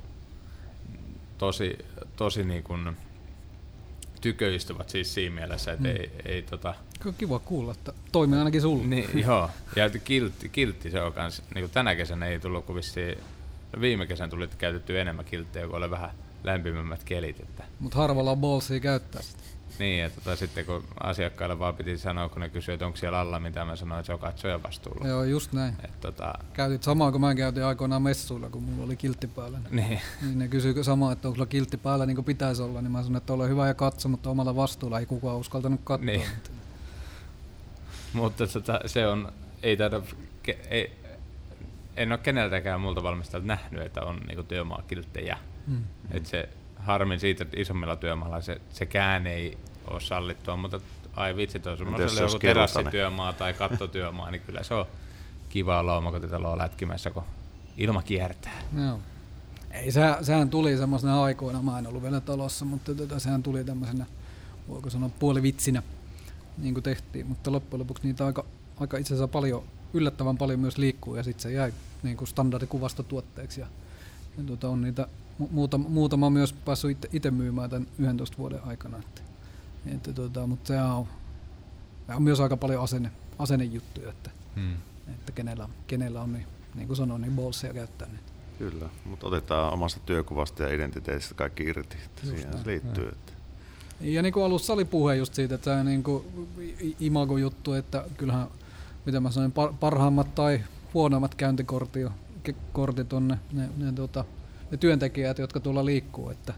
S2: tosi niinku tyköistyvät siis siinä mielessä, että ei
S4: Kiva kuulla, että toimii ainakin sulle.
S2: Niin, joo, ja kiltti se on kans, niin tänä kesänä ei tullut, kun vissiin viime kesän tuli käytetty enemmän kilttejä, kun oli vähän lämpimämmät kelit.
S4: Mutta harvalla on ballsia käyttää sitä.
S2: Niin, ja sitten kun asiakkaille vaan piti sanoa, kun ne kysyivät, että onko siellä alla, mitä mä sanoin, että se on katsojan vastuulla.
S4: Joo, just näin. Käytit samaa, kun mä käytin aikoinaan messuilla, kun mulla oli kiltti päällä. Niin ne kysyivät samaa, että onko sulla kiltti päällä niin kuin pitäisi olla, niin mä sanoin, että ole hyvä ja katso, mutta omalla vastuulla ei kukaan uskaltanut katsoa.
S2: Niin. Mutta se on, en ole keneltäkään multa valmistajalta nähnyt, että on niinku työmaakilttejä. Et se harmin siitä, että isommilla työmaalla sekään ei ole sallittua, mutta ai vitsi, jos on joku terassityömaa tai kattotyömaa, niin kyllä se on kiva olla omakotitaloa lätkimässä, kun ilma kiertää.
S4: Joo. Ei, sehän tuli semmoisena aikoina, mä en ollut vielä talossa, mutta sehän tuli tämmöisenä, voiko sanoa puolivitsinä, niin kuin tehtiin, mutta loppujen lopuksi niitä aika itse asiassa yllättävän paljon myös liikkuu, ja sitten se jäi niin kuin standardikuvastotuotteeksi. Ja on niitä muutama myös päässyt itse myymään tämän 11 vuoden aikana. Mutta se on myös aika paljon asennejuttuja, että kenellä on niin kuin sanoin, niin ballsia käyttää niitä.
S1: Kyllä, mutta otetaan omasta työkuvasta ja identiteetistä kaikki irti, että siihen se liittyy. Että.
S4: Ja niin kuin alussa oli puhe just siitä, että niin kuin imago-juttu, että kyllähän, mitä mä sanoin, parhaimmat tai huonoimmat käyntikortit on ne työntekijät, jotka tuolla liikkuu, että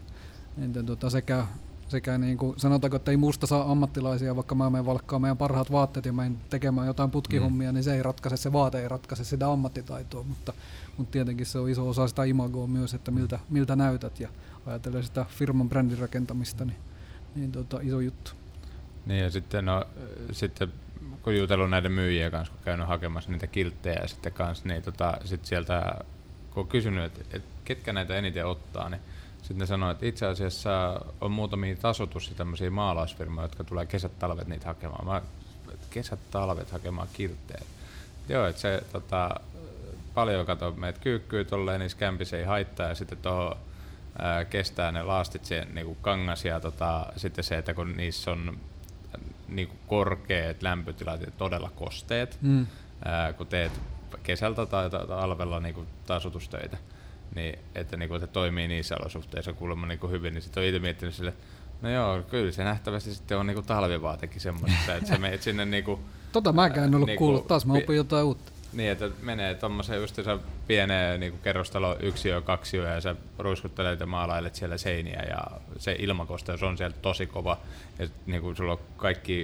S4: sekä niin kuin sanotaanko, että ei musta saa ammattilaisia, vaikka mä menen valkkaan meidän parhaat vaatteet ja menen tekemään jotain putkihommia, niin se vaate ei ratkaise sitä ammattitaitoa, mutta tietenkin se on iso osa sitä imagoa myös, että miltä näytät, ja ajatellen sitä firman brändin rakentamista, niin iso juttu.
S2: Niin, ja sitten kun jutellut näiden myyjien kanssa, kun käynyt hakemassa niitä kilttejä ja sitten kanssa, niin sit sieltä kun on kysynyt, että ketkä näitä eniten ottaa, niin sitten ne sanoo, että itse asiassa on muutamia tasoitus- ja tämmöisiä maalausfirmoja, jotka tulee kesät-talvet niitä hakemaan. Kesät-talvet hakemaan kilttejä. Joo, että se paljon kato meitä kyykkyy tolleen, niin kämpissä ei haittaa, ja sitten tuohon kestää ne laastit siihen niinku kangas, ja sitten se, että kun niissä on niinku korkeat lämpötilat ja todella kosteet, kun teet kesältä tai talvella niinku tasoitustöitä, niin että niinku, se toimii niissä olosuhteissa kuulemma niinku hyvin, niin sitten on itse miettinyt sille, no joo, kyllä se nähtävästi sitten on niinku talvivaatekin semmoista, että sä menet sinne niinku...
S4: mäkään en ollut kuullut, taas mä opin jotain uutta.
S2: Niin, että menee tommoseen justiinsa pieneen niinku kerrostalo 1 ja 2 ja sä ruiskuttelet ja maalailet siellä seiniä ja se ilmakosteus on siellä tosi kova ja niinku sulla on kaikki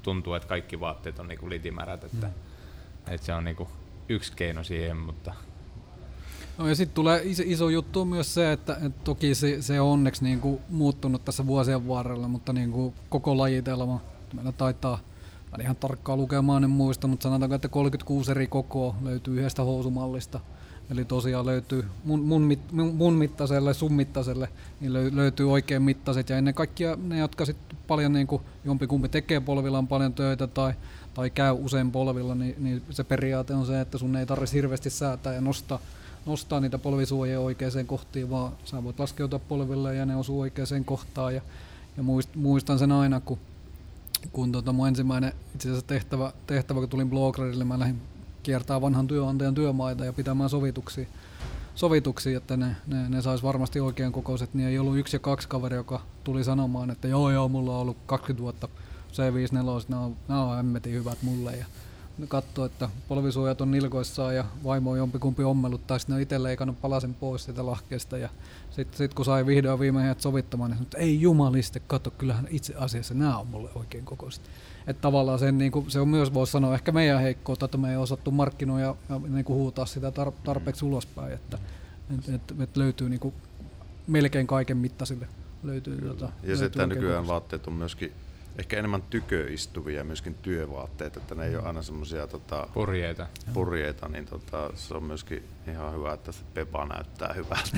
S2: tuntuu, että kaikki vaatteet on niinku litimärät, että se on niinku yksi keino siihen, mutta...
S4: No ja sitten tulee iso juttu myös se, että toki se on onneksi niinku muuttunut tässä vuosien varrella, mutta niinku koko lajitelma, meillä taitaa, mä en ihan tarkkaan lukemaan en muista, mutta sanotaanko, että 36 eri kokoa löytyy yhdestä housumallista. Eli tosiaan löytyy mun mittaiselle, sun mittaiselle, niin löytyy oikein mittaiset ja ennen kaikkea ne, jotka sitten paljon niinku jompikumpi tekee polvillaan paljon töitä tai käy usein polvilla, niin se periaate on se, että sun ei tarvitse hirveästi säätää ja nostaa niitä polvisuojia oikeaan kohtiin, vaan sä voit laskeutua polville ja ne osuu oikeaan kohtaan. Ja muistan sen aina, kun mun ensimmäinen itse asiassa tehtävä, kun tulin Blågradille, mä lähdin kiertää vanhan työnantajan työmaita ja pitämään sovituksia, että ne sais varmasti oikean kokoiset, niin ei ollut 1 ja 2 kaveri, joka tuli sanomaan, että joo, mulla on ollut 20 vuotta C54, nämä on hemmetin hyvät mulle. Ja ne katsoo, että polvisuojat on nilkoissaan ja vaimo on jompikumpi ommellut tai sitten ne on itse leikannut palasen pois siitä lahkeesta. Ja sitten kun sai vihdoin viimein heidät sovittamaan, niin sanoi, että ei jumaliste, katso, kyllähän itse asiassa nämä on mulle oikein kokoiset. Että tavallaan se on myös, voisi sanoa, ehkä meidän heikkoutta, että me ei osattu markkinoida ja niin kuin huutaa sitä tarpeeksi ulospäin, että löytyy niin kuin melkein kaiken mittaisille.
S1: Ja sitten nykyään vaatteet on myöskin ehkä enemmän tyköistuvia, myöskin työvaatteet, että ne ei ole aina semmoisia purjeita, niin se on myöskin ihan hyvä, että se pepa näyttää hyvältä.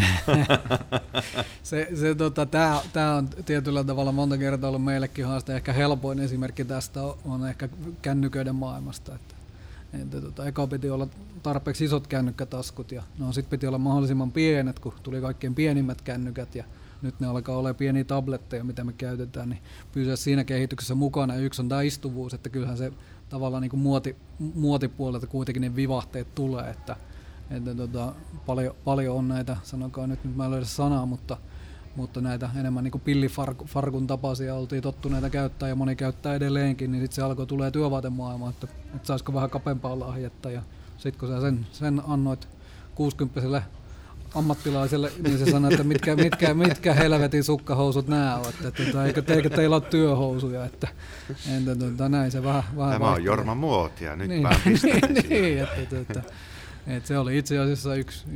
S4: Tämä on tietyllä tavalla monta kertaa ollut meillekin haaste. Ehkä helpoin esimerkki tästä on ehkä kännyköiden maailmasta. Eka piti olla tarpeeksi isot kännykkätaskut ja sitten piti olla mahdollisimman pienet, kun tuli kaikkein pienimmät kännykät. Ja nyt ne alkaa olla pieniä tabletteja, mitä me käytetään, niin pysyä siinä kehityksessä mukana. Ja yksi on tämä istuvuus, että kyllähän se tavallaan niin kuin muotipuolelta kuitenkin ne vivahteet tulee, että paljon on näitä, sanokaa nyt mä en löydä sanaa, mutta näitä enemmän niin kuin pillifarkun tapaisia oltiin tottuneita käyttää ja moni käyttää edelleenkin, niin sitten se alkoi tulee työvaatemaailmaan, että saisiko vähän kapempaa lahjetta ja sitten kun sä sen annoit 60-selle ammattilaiselle, niin se sanoi, että mitkä helvetin sukkahousut nämä on, että eikö teillä ole työhousuja, että näin se vähän
S1: Tämä on Jorma muotia, nyt vaan pistetään
S4: niin, että se oli itse asiassa yksi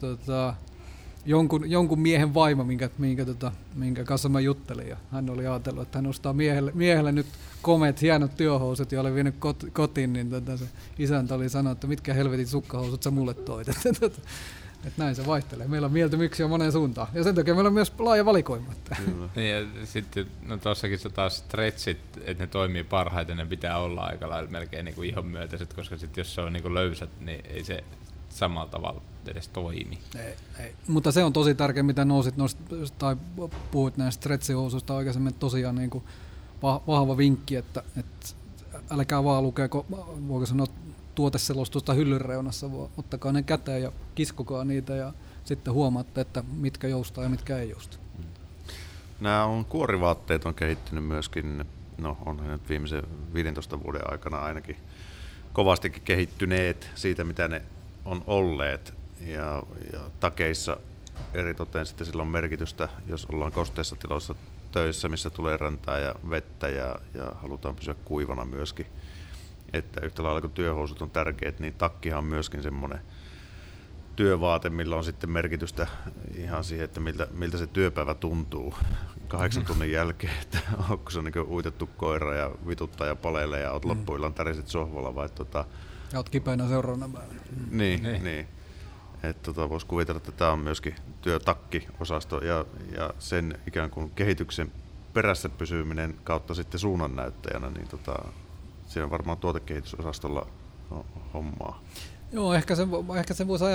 S4: jonkun miehen vaimo, minkä kanssa mä juttelin, ja hän oli ajatellut, että hän ostaa miehelle nyt komeet, hienot työhousut, ja oli vienyt kotiin, niin se isäntä oli sanonut, että mitkä helvetin sukkahousut sä mulle toit. Että näin se vaihtelee. Meillä on mieltymyksiä moneen suuntaan. Ja sen takia meillä on myös laaja valikoima.
S2: Niin ja sitten tuossakin taas stretchit, että ne toimii parhaiten, ne pitää olla aika lailla melkein niin kuin ihon myötäiset, koska sitten jos se on niin kuin löysät, niin ei se samalla tavalla edes toimi.
S4: Ei. Mutta se on tosi tärkeä, mitä nousit tai puhuit näistä stretchihousuista aikaisemmin, tosiaan niin kuin vahva vinkki, että älkää vaan lukeeko, voiko sanoa, tuoteselostusta hyllyn reunassa, vaan ottakaa ne käteen ja kiskokaa niitä ja sitten huomaatte, että mitkä joustaa ja mitkä ei jousta.
S1: Nämä kuorivaatteet on kehittynyt myöskin, onhan nyt viimeisen 15 vuoden aikana ainakin kovastikin kehittyneet siitä, mitä ne on olleet. Ja takeissa eritoten sitten sillä on merkitystä, jos ollaan kosteissa tiloissa töissä, missä tulee räntää ja vettä ja halutaan pysyä kuivana myöskin. Että yhtä lailla kun työhousut on tärkeät, niin takkihan on myöskin semmoinen työvaate, millä on sitten merkitystä ihan siihen, että miltä se työpäivä tuntuu 8 tunnin jälkeen, että onko se niin uitettu koira ja vituttaa ja paleille ja oot loppuillaan täriset sohvalla vai
S4: ja oot kipeänä seuraavana päivänä.
S1: Niin. Että voisi kuvitella, että tämä on myöskin työtakkiosasto ja sen ikään kuin kehityksen perässä pysyminen kautta sitten suunnannäyttäjänä, niin siinä on varmaan tuotekehitysosastolla hommaa.
S4: Joo, ehkä sen voisi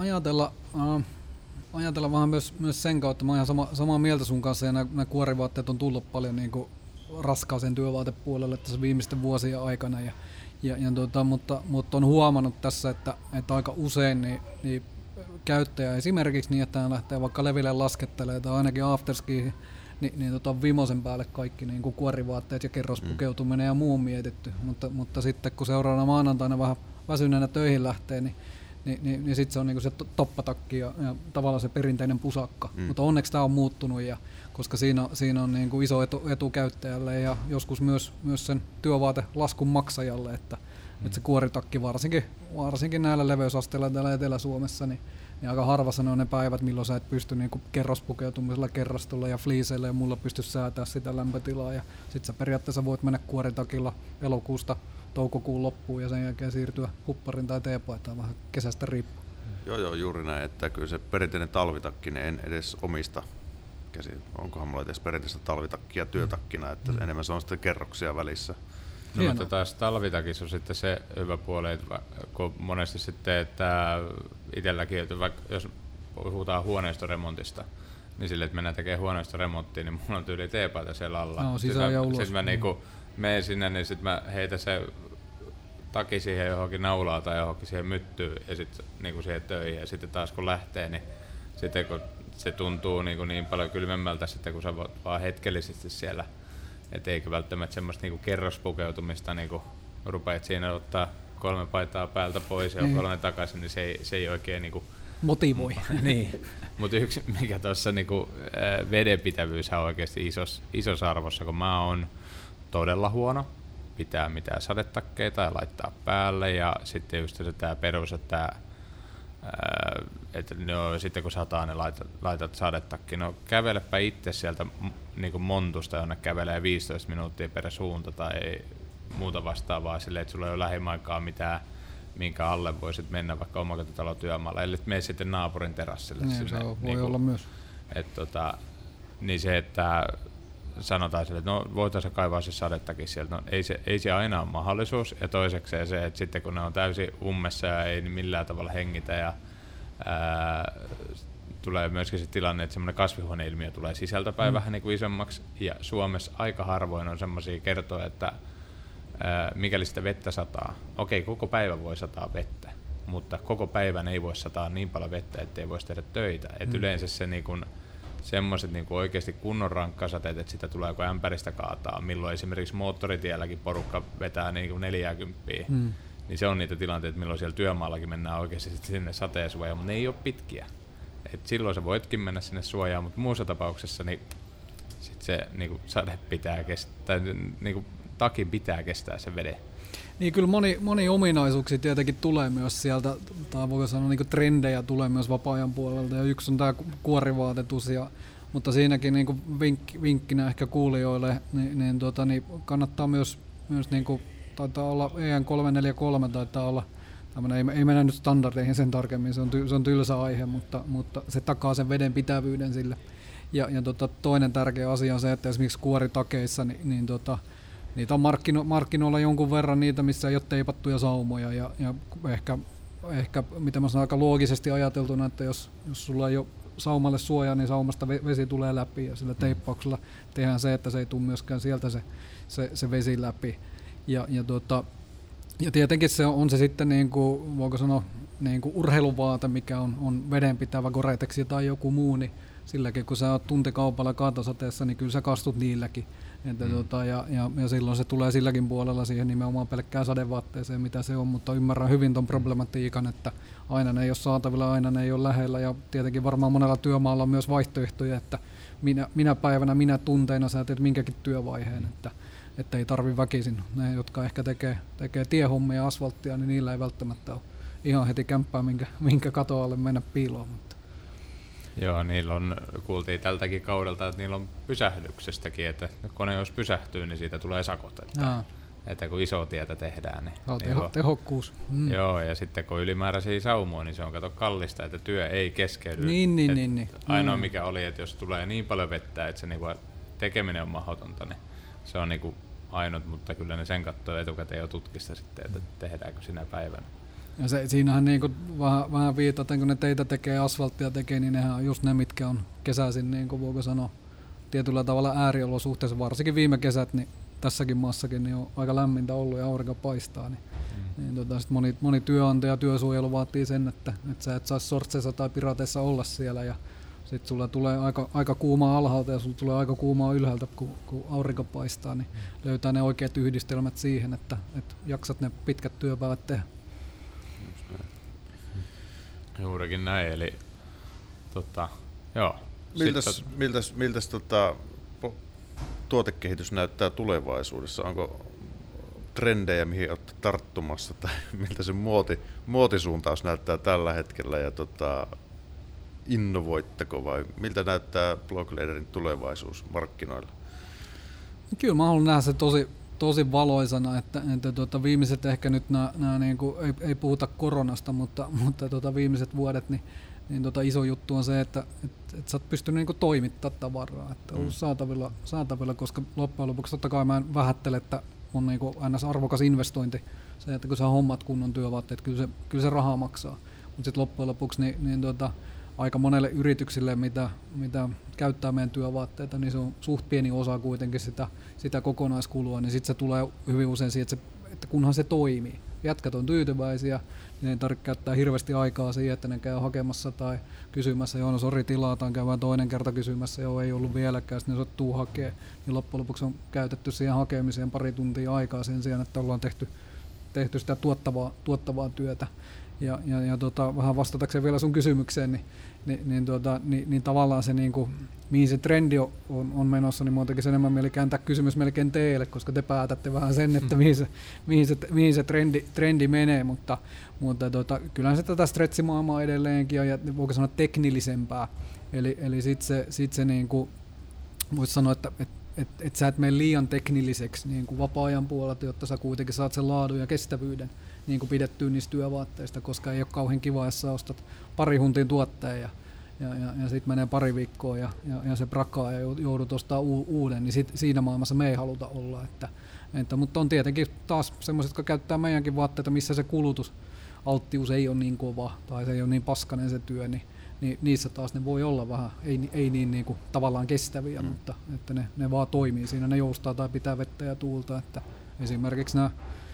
S4: ajatella vähän myös sen kautta. Mä oon ihan samaa mieltä sun kanssa, ja nämä kuorivaatteet on tullut paljon niin kuin raskaaseen työvaatepuolelle tässä viimeisten vuosien aikana. Mutta on huomannut tässä, että aika usein niin käyttäjä esimerkiksi niin, että hän lähtee vaikka leville laskettelemaan tai ainakin afterskiin, niin vimosen päälle kaikki niin kuin kuorivaatteet ja kerrospukeutuminen ja muu mietitty, mutta sitten kun seuraavana maanantaina vähän väsyneenä töihin lähtee, niin niin sitten se on niinku se toppatakki ja tavallaan se perinteinen pusakka. Mutta onneksi tämä on muuttunut, koska siinä on niinku iso etu käyttäjälle ja joskus myös sen työvaatelaskun maksajalle, että se kuoritakki varsinkin näillä leveysasteilla täällä Etelä-Suomessa, niin aika harvassa ne on ne päivät, milloin sä et pysty niinku kerrospukeutumisella kerrastolla ja fliiseillä ja mulla pysty säätää sitä lämpötilaa. Ja sit sä periaatteessa voit mennä kuoritakilla elokuusta toukokuun loppuun ja sen jälkeen siirtyä hupparin tai teepaitaan vähän kesästä riippuen.
S1: Joo, juuri näin, että kyllä se perinteinen talvitakki, niin en edes omista onkohan mulla edes perinteistä talvitakkia työtakkina, että enemmän se on sitten kerroksia välissä.
S2: No, mutta taas talvitakissa on sitten se hyvä puoli, että kun monesti sitten, että itselläkin, että vaikka jos puhutaan huoneistoremontista, niin sille, että mennään tekemään huoneistoremonttia, niin mulla on tyyli teepaita siellä alla.
S4: No, sisään ja ulos.
S2: Sitten mä niinku menen sinne, niin sitten mä heitän se taki siihen johonkin naulaan tai johonkin siihen myttyyn ja sitten niinku siihen töihin. Ja sitten taas kun lähtee, niin sitten kun se tuntuu niin paljon kylmemmältä sitten, kun sä voit vaan hetkellisesti siellä. Et eikä välttämättä semmoista niinku kerrospukeutumista, niinku rupeat siinä ottaa 3 paitaa päältä pois ja 3 takaisin, niin se ei oikein niinku
S4: motivoi.
S2: Niin. Mutta yksi mikä tuossa niinku vedenpitävyys on oikeasti isossa arvossa, kun mä oon todella huono pitää mitään sadetakkeita ja laittaa päälle ja sitten just se tää perus, että no, sitten kun sataa, niin laitat sadetakki. No kävelepä itse sieltä niin kuin montusta, jonne kävelee 15 minuuttia per suunta tai muuta vastaavaa silleen, että sulla ei ole lähimaikaa mitään, minkä alle voisit mennä vaikka omakotitalotyömaalla, eli mene sitten naapurin terassille.
S4: Niin,
S2: sinne,
S4: se voi
S2: niin kuin,
S4: olla myös.
S2: Niin se, että sanotaan sille, että no voitaisiin kaivaa se sadettakin sieltä, no ei se aina ole mahdollisuus, ja toisekseen se, että sitten kun ne on täysin ummessa ja ei millään tavalla hengitä ja tulee myöskin se tilanne, että semmoinen kasvihuoneilmiö tulee sisältäpäin vähän niin kuin isommaksi, ja Suomessa aika harvoin on semmoisia kertoja, että mikäli sitä vettä sataa, okei, koko päivä voi sataa vettä, mutta koko päivän ei voi sataa niin paljon vettä, ettei voisi tehdä töitä. Et yleensä se niin kun, semmoiset niin oikeasti kunnon rankkasateet, että sitä tulee joko ämpäristä kaataa, milloin esimerkiksi moottoritielläkin porukka vetää niin 40, niin se on niitä tilanteita, milloin siellä työmaallakin mennään oikeasti sinne sateesuojaan, mutta ne ei ole pitkiä. Et silloin sä voitkin mennä sinne suojaan, mutta muussa tapauksessa niin sit se niin sade pitää kestää, niin takin pitää kestää sen veden.
S4: Niin kyllä moni ominaisuuksia tietenkin tulee myös sieltä, tai voi sanoa niin trendejä tulee myös vapaa-ajan puolelta, ja yksi on tämä kuorivaatetus, mutta siinäkin niin vinkkinä ehkä kuulijoille, niin kannattaa myös niin kuin, taitaa olla EN343, taitaa olla tämmöinen, ei mennä nyt standardeihin sen tarkemmin, se on tylsä aihe, mutta se takaa sen veden pitävyyden sille. Ja toinen tärkeä asia on se, että esimerkiksi kuoritakeissa, niitä on markkinoilla jonkun verran niitä, missä ei ole teipattuja saumoja ja ehkä mitä mä sanon aika loogisesti ajateltuna, että jos sulla ei ole saumalle suojaa, niin saumasta vesi tulee läpi ja sillä teippauksella tehdään se, että se ei tule myöskään sieltä se vesi läpi. Ja tietenkin se on se sitten niinku, voiko sanoa niinku urheiluvaate, mikä on vedenpitävä Gore-Tex tai joku muu, niin silläkin kun sä oot tuntikaupalla kaatosateessa, niin kyllä sä kastut niilläkin. Ja silloin se tulee silläkin puolella siihen nimenomaan pelkkään sadevaatteeseen, mitä se on, mutta ymmärrän hyvin ton problematiikan, että aina ne ei ole saatavilla, aina ne ei ole lähellä ja tietenkin varmaan monella työmaalla on myös vaihtoehtoja, että minä päivänä, minä tunteina sä teet minkäkin työvaiheen, että ei tarvi väkisin. Ne, jotka ehkä tekee tiehommia ja asfalttia, niin niillä ei välttämättä ole ihan heti kämppää, minkä katoalle mennä piiloon. Mutta.
S2: Joo, niillä on, kuultiin tältäkin kaudelta, että niillä on pysähdyksestäkin, että kone jos pysähtyy, niin siitä tulee sakot. Että kun isoa tietä tehdään. Niin
S4: tehokkuus.
S2: Joo, ja sitten kun ylimääräisiä saumoja, niin se on kallista, että työ ei keskeydy.
S4: Niin.
S2: Ainoa mikä oli, että jos tulee niin paljon vettä, että se niinku tekeminen on mahdotonta, niin se on niinku ainut, mutta kyllä ne sen katsoo etukäteen jo tutkista sitten, että tehdäänkö sinä päivänä.
S4: Ja siinähän niinku vähän viitaten, kun ne teitä tekee, asfalttia tekee, niin nehän on just ne, mitkä on kesäisin, niin kuin voiko sanoa, tietyllä tavalla ääriolosuhteessa, varsinkin viime kesät, niin tässäkin maassakin niin on aika lämmintä ollut ja aurinko paistaa. Niin sit moni työnantaja ja työsuojelu vaatii sen, että sä et saisi sortseissa tai pirateissa olla siellä ja sitten sulla tulee aika kuumaa alhaalta ja sulla tulee aika kuumaa ylhäältä, kun aurinko paistaa, niin löytää ne oikeat yhdistelmät siihen, että jaksat ne pitkät työpäivät tehdä.
S2: Juurikin näin, eli joo.
S1: Miltäs tuotekehitys näyttää tulevaisuudessa? Onko trendejä, mihin olette tarttumassa, tai miltä se muotisuuntaus näyttää tällä hetkellä, ja innovoitteko vai miltä näyttää Blockleaderin tulevaisuus markkinoilla?
S4: Kyllä mä haluan nähdä se tosi valoisana, että viimeiset ehkä nyt nämä niinku, ei puhuta koronasta, mutta viimeiset vuodet, niin iso juttu on se, että sä oot pystynyt niinku toimittamaan tavaraa, että on saatavilla, koska loppujen lopuksi totta kai mä en vähättele, että on niinku aina arvokas investointi se, että kun sä hommat kunnon työvaatteet, kyllä se rahaa maksaa, mutta sitten loppujen lopuksi aika monelle yrityksille, mitä käyttää meidän työvaatteita, niin se on suht pieni osa kuitenkin sitä kokonaiskulua, niin sitten se tulee hyvin usein siihen, että kunhan se toimii. Jätkät on tyytyväisiä, niin ei tarvitse käyttää hirveästi aikaa siihen, että ne käy hakemassa tai kysymässä, joo, no sori, tilataan, käydään toinen kerta kysymässä, joo, ei ollut vieläkään, sitten ne sottuu hakea, niin loppujen lopuksi on käytetty siihen hakemiseen pari tuntia aikaa sen sijaan, että ollaan tehty sitä tuottavaa työtä. Ja vähän vastatakseen vielä sun kysymykseen, niin tavallaan se, mihin se trendi on menossa, niin muutenkin se enemmän mieli kääntää kysymys melkein teille, koska te päätätte vähän sen, että mihin se trendi menee, mutta kyllähän se tätä stretchimaailmaa edelleenkin on, ja voiko sanoa teknillisempää, eli sit se voisi sanoa, että sä et mene liian teknilliseksi niin kuin vapaa-ajan puolelta, jotta sä kuitenkin saat sen laadun ja kestävyyden niin kuin pidettyä niistä työvaatteista, koska ei ole kauhean kiva, jos sä ostat pari huntin tuotteen ja sitten menee pari viikkoa ja se brakkaa ja joudut ostamaan uuden, niin siinä maailmassa me ei haluta olla. Mutta on tietenkin taas semmoiset, jotka käyttää meidänkin vaatteita, missä se kulutusalttius ei ole niin kova tai se ei ole niin paskanen se työ, niin niissä taas ne voi olla vähän, ei niin kuin tavallaan kestäviä, mutta että ne vaan toimii siinä, ne joustaa tai pitää vettä ja tuulta, että esimerkiksi nämä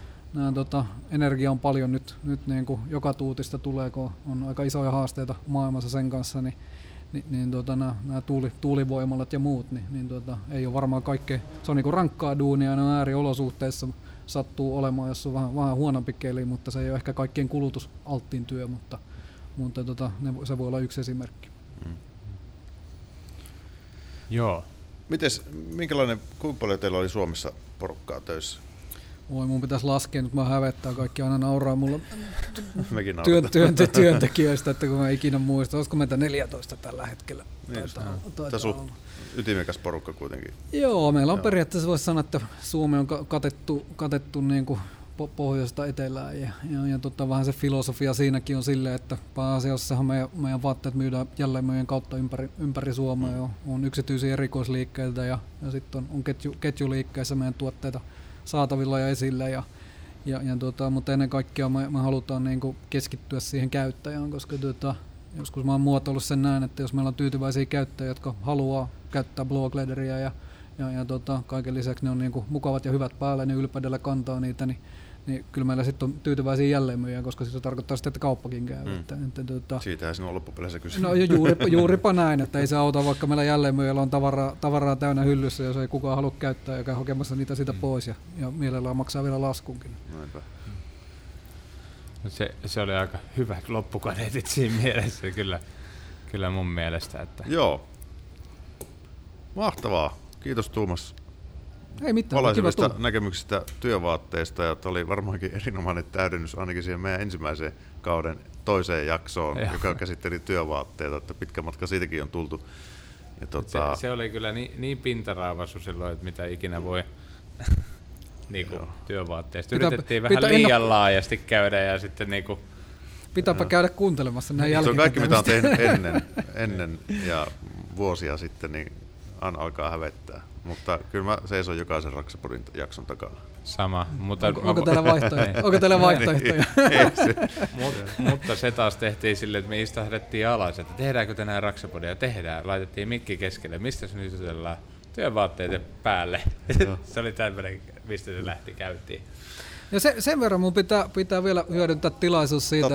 S4: energia on paljon nyt niin kuin joka tuutista tulee, kun on aika isoja haasteita maailmassa sen kanssa, niin nämä tuulivoimalat ja muut, niin ei ole varmaan kaikkea, se on niin kuin rankkaa duunia ja ne ääriolosuhteissa sattuu olemaan, jos on vähän huonompi keli, mutta se ei ole ehkä kaikkien kulutusalttiin työ, mutta se voi olla yksi esimerkki.
S2: Joo.
S1: Kuinka paljon teillä oli Suomessa porukkaa töissä?
S4: Mun pitäisi laskea, nyt mä hävettää, kaikki aina nauraa mulla työntekijöistä, että kun mä ikinä muista, olisiko meitä 14 tällä hetkellä.
S1: Tässä on ytimekäs porukka kuitenkin.
S4: Joo, meillä on periaatteessa voisi sanoa, että Suomi on katettu niin kuin pohjoista etelään ja vähän se filosofia siinäkin on silleen, että pääasiassahan meidän vaatteet myydään jälleenmyyjien kautta ympäri Suomea. On yksityisiä erikoisliikkeitä ja sitten on ketjuliikkeissä meidän tuotteita saatavilla ja esillä, mutta ennen kaikkea me halutaan niinku keskittyä siihen käyttäjään, koska joskus mä oon muotoillut sen näin, että jos meillä on tyytyväisiä käyttäjiä, jotka haluaa käyttää Blockleaderia ja kaiken lisäksi ne on niinku mukavat ja hyvät päälle, niin ylpeydellä kantaa niitä, niin kyllä meillä sitten on tyytyväisiä jälleenmyyjiä, koska se tarkoittaa sitten, että kauppakin käy.
S1: Siitähän sinun on loppupeleissä kyse.
S4: No juuripa näin, että ei se auta, vaikka meillä jälleenmyyjällä on tavaraa täynnä hyllyssä, jos ei kukaan halua käyttää ja käy hakemassa niitä sitä pois ja mielellään maksaa vielä laskunkin.
S1: Noinpä.
S2: Se oli aika hyvät loppukaneetit siinä mielessä, kyllä mun mielestä. Että.
S1: Joo. Mahtavaa. Kiitos Tuomas.
S4: Ei mitään.
S1: Valaisevista näkemyksistä työvaatteista, ja oli varmaankin erinomainen täydennys ainakin siihen meidän ensimmäiseen kauden toiseen jaksoon, joka käsitteli työvaatteita, että pitkä matka siitäkin on tultu. Ja
S2: se oli kyllä niin pintaraavaisu silloin, että mitä ikinä voi niinku työvaatteista. Yritettiin vähän liian laajasti käydä ja sitten niinku.
S4: Pitääpä käydä kuuntelemassa näin jälkeen.
S1: Se on kaikki, mitä on tehnyt ennen ja vuosia sitten, niin alkaa hävettää. Mutta kyllä mä seison jokaisen Raksapodin jakson takana.
S2: Sama. Mutta
S4: onko teillä vaihtoehtoja?
S2: Mutta se taas tehtiin silleen, että me istahdettiin alas, että tehdäänkö tänään Raksapodia? Tehdään. Laitettiin mikki keskelle. Mistä se nyt jutellaan? Työvaatteiden päälle. Se oli tämmöinen, mistä se lähti käyntiin.
S4: Ja sen verran mun pitää vielä hyödyntää tilaisuus siitä,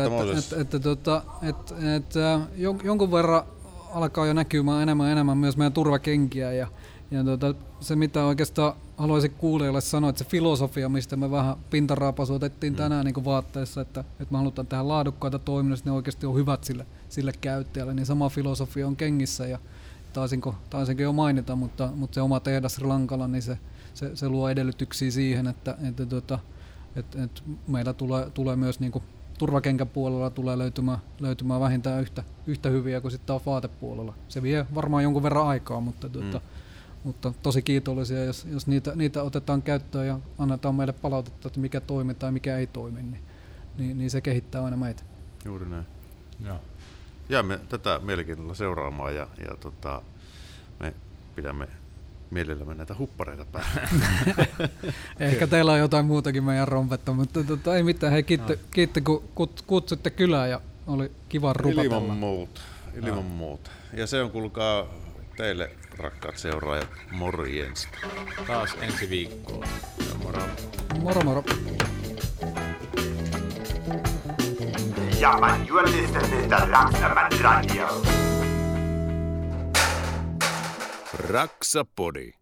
S4: että jonkun verran alkaa jo näkymään enemmän myös meidän turvakenkiä ja se mitä oikeastaan haluaisin kuulijoille sanoa, että se filosofia, mistä me vähän pintaraapasu otettiin tänään niin vaatteessa, että me halutaan tehdä laadukkaita toiminnasta, ne oikeasti on hyvät sille käyttäjälle, niin sama filosofia on kengissä ja taisinko jo mainita, mutta se oma tehdas Rankala, niin se luo edellytyksiä siihen, että meillä tulee myös niin kuin turvakenkäpuolella tulee löytymään vähintään yhtä hyviä kuin sitten taas vaatepuolella. Se vie varmaan jonkun verran aikaa, mutta tosi kiitollisia, jos niitä otetaan käyttöön ja annetaan meille palautetta, että mikä toimii tai mikä ei toimi, niin se kehittää aina meitä.
S1: Juuri näin.
S2: Joo.
S1: Jäämme tätä mielenkiinnolla seuraamaan ja me pidämme mielellämme näitä huppareita päällä.
S4: Ehkä teillä on jotain muutakin meidän rompetta, mutta ei mitään. Hei, kiitti kun kutsutte kylään ja oli kiva rupatella.
S1: Ilman muuta. Ja se on, kuulkaa, teille rakkaat seuraajat, morjens.
S2: Taas ensi viikkoon.
S1: Moro.
S4: Moro.
S3: Ja, man, you are listening to Raksaman Radio.
S5: Raksapodi.